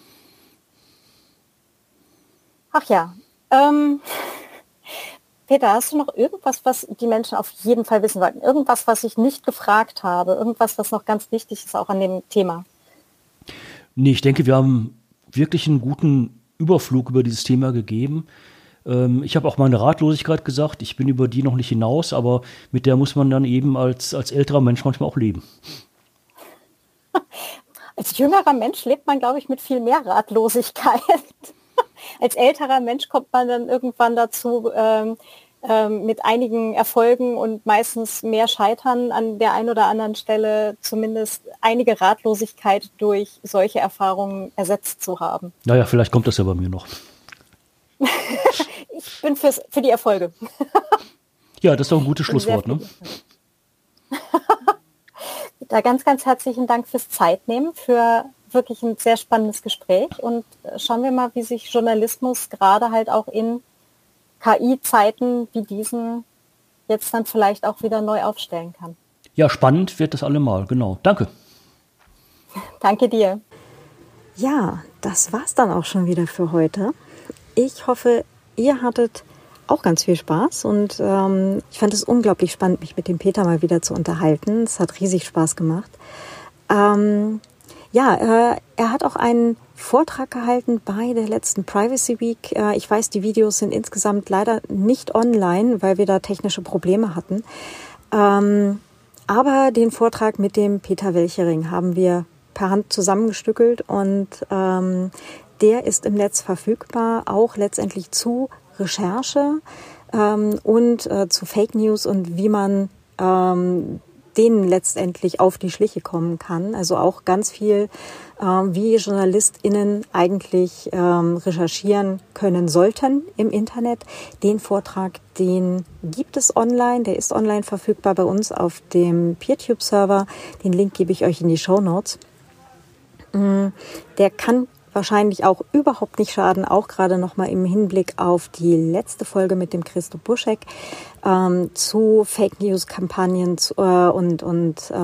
Ach ja. Peter, hast du noch irgendwas, was die Menschen auf jeden Fall wissen wollten? Irgendwas, was ich nicht gefragt habe? Irgendwas, was noch ganz wichtig ist, auch an dem Thema? Nee, ich denke, wir haben wirklich einen guten Überflug über dieses Thema gegeben. Ich habe auch meine Ratlosigkeit gesagt, ich bin über die noch nicht hinaus, aber mit der muss man dann eben als älterer Mensch manchmal auch leben. Als jüngerer Mensch lebt man, glaube ich, mit viel mehr Ratlosigkeit. Als älterer Mensch kommt man dann irgendwann dazu, mit einigen Erfolgen und meistens mehr Scheitern an der einen oder anderen Stelle zumindest einige Ratlosigkeit durch solche Erfahrungen ersetzt zu haben. Naja, vielleicht kommt das ja bei mir noch. Ich bin für die Erfolge. Ja, das ist doch ein gutes Schlusswort, ne? Da ganz, ganz herzlichen Dank fürs Zeitnehmen, für wirklich ein sehr spannendes Gespräch und schauen wir mal, wie sich Journalismus gerade halt auch in KI-Zeiten wie diesen jetzt dann vielleicht auch wieder neu aufstellen kann. Ja, spannend wird das allemal, genau. Danke. Danke dir. Ja, das war's dann auch schon wieder für heute. Ich hoffe, ihr hattet auch ganz viel Spaß und ich fand es unglaublich spannend, mich mit dem Peter mal wieder zu unterhalten. Es hat riesig Spaß gemacht. Er hat auch einen Vortrag gehalten bei der letzten Privacy Week. Ich weiß, die Videos sind insgesamt leider nicht online, weil wir da technische Probleme hatten. Aber den Vortrag mit dem Peter Welchering haben wir per Hand zusammengestückelt und der ist im Netz verfügbar, auch letztendlich zu Recherche und zu Fake News und wie man denen letztendlich auf die Schliche kommen kann. Also auch ganz viel, wie JournalistInnen eigentlich recherchieren können sollten im Internet. Den Vortrag, den gibt es online, der ist online verfügbar bei uns auf dem PeerTube-Server. Den Link gebe ich euch in die Shownotes. Der kann wahrscheinlich auch überhaupt nicht schaden, auch gerade nochmal im Hinblick auf die letzte Folge mit dem Christo Buschek zu Fake-News-Kampagnen und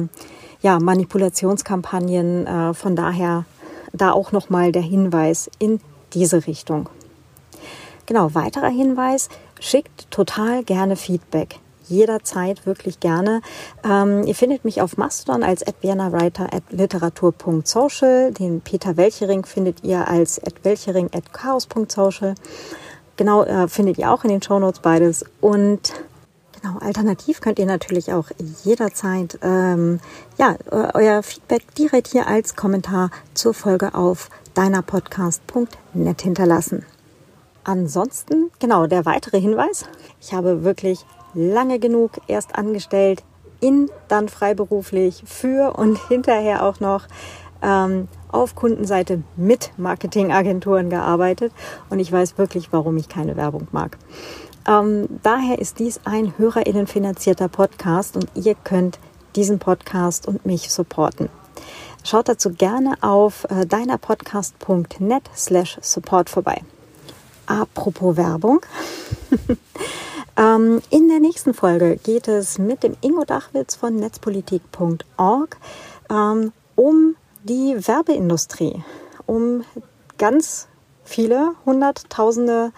Manipulationskampagnen. Von daher da auch nochmal der Hinweis in diese Richtung. Genau, weiterer Hinweis, schickt total gerne Feedback. Jederzeit, wirklich gerne. Ihr findet mich auf Mastodon als @viennawriter@literatur.social. Den Peter Welchering findet ihr als @welchering@chaos.social. Genau, findet ihr auch in den Shownotes beides. Und genau, alternativ könnt ihr natürlich auch jederzeit euer Feedback direkt hier als Kommentar zur Folge auf deinerpodcast.net hinterlassen. Ansonsten, genau, der weitere Hinweis. Ich habe wirklich lange genug erst angestellt, dann freiberuflich, für und hinterher auch noch auf Kundenseite mit Marketingagenturen gearbeitet und ich weiß wirklich, warum ich keine Werbung mag. Daher ist dies ein HörerInnen-finanzierter Podcast und ihr könnt diesen Podcast und mich supporten. Schaut dazu gerne auf deinerpodcast.net/support vorbei. Apropos Werbung. In der nächsten Folge geht es mit dem Ingo Dachwitz von netzpolitik.org um die Werbeindustrie, um ganz viele Hunderttausende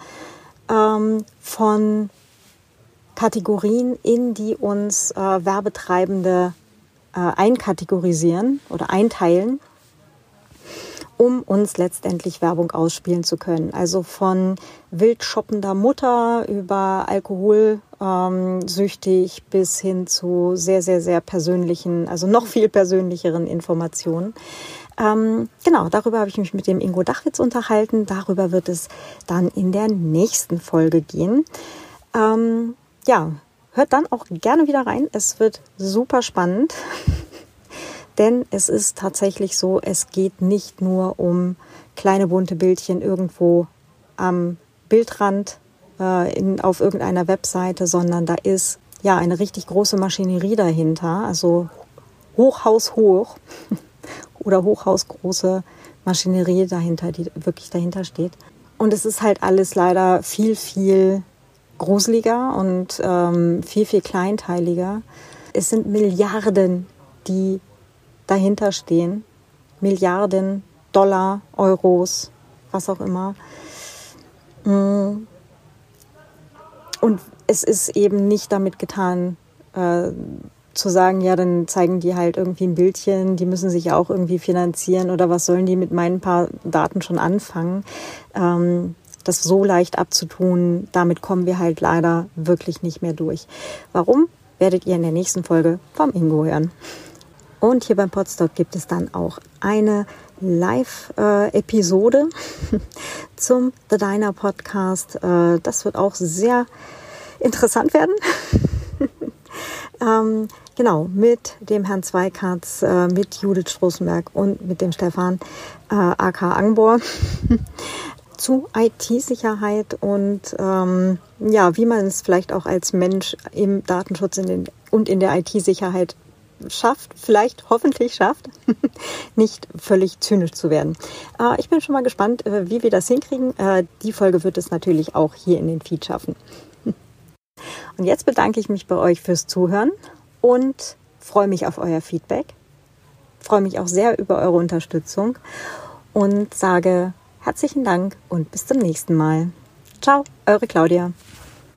von Kategorien, in die uns Werbetreibende einkategorisieren oder einteilen, um uns letztendlich Werbung ausspielen zu können. Also von wild shoppender Mutter über alkoholsüchtig bis hin zu sehr, sehr, sehr persönlichen, also noch viel persönlicheren Informationen. Genau, darüber habe ich mich mit dem Ingo Dachwitz unterhalten. Darüber wird es dann in der nächsten Folge gehen. Hört dann auch gerne wieder rein. Es wird super spannend. Denn es ist tatsächlich so, es geht nicht nur um kleine bunte Bildchen irgendwo am Bildrand auf irgendeiner Webseite, sondern da ist ja eine richtig große Maschinerie dahinter, also hochhaushoch oder hochhausgroße Maschinerie dahinter, die wirklich dahinter steht. Und es ist halt alles leider viel, viel gruseliger und viel, viel kleinteiliger. Es sind Milliarden, die dahinter stehen. Milliarden Dollar, Euros, was auch immer. Und es ist eben nicht damit getan, zu sagen, ja, dann zeigen die halt irgendwie ein Bildchen, die müssen sich ja auch irgendwie finanzieren oder was sollen die mit meinen paar Daten schon anfangen, das so leicht abzutun, damit kommen wir halt leider wirklich nicht mehr durch. Warum, werdet ihr in der nächsten Folge vom Ingo hören. Und hier beim Podstock gibt es dann auch eine Live-Episode zum The Diner Podcast. Das wird auch sehr interessant werden. Genau, mit dem Herrn Zweikatz, mit Judith Stroßenberg und mit dem Stefan aka Angbor zu IT-Sicherheit und ja, wie man es vielleicht auch als Mensch im Datenschutz und in der IT-Sicherheit schafft, vielleicht hoffentlich schafft, nicht völlig zynisch zu werden. Ich bin schon mal gespannt, wie wir das hinkriegen. Die Folge wird es natürlich auch hier in den Feed schaffen. Und jetzt bedanke ich mich bei euch fürs Zuhören und freue mich auf euer Feedback. Freue mich auch sehr über eure Unterstützung und sage herzlichen Dank und bis zum nächsten Mal. Ciao, eure Claudia.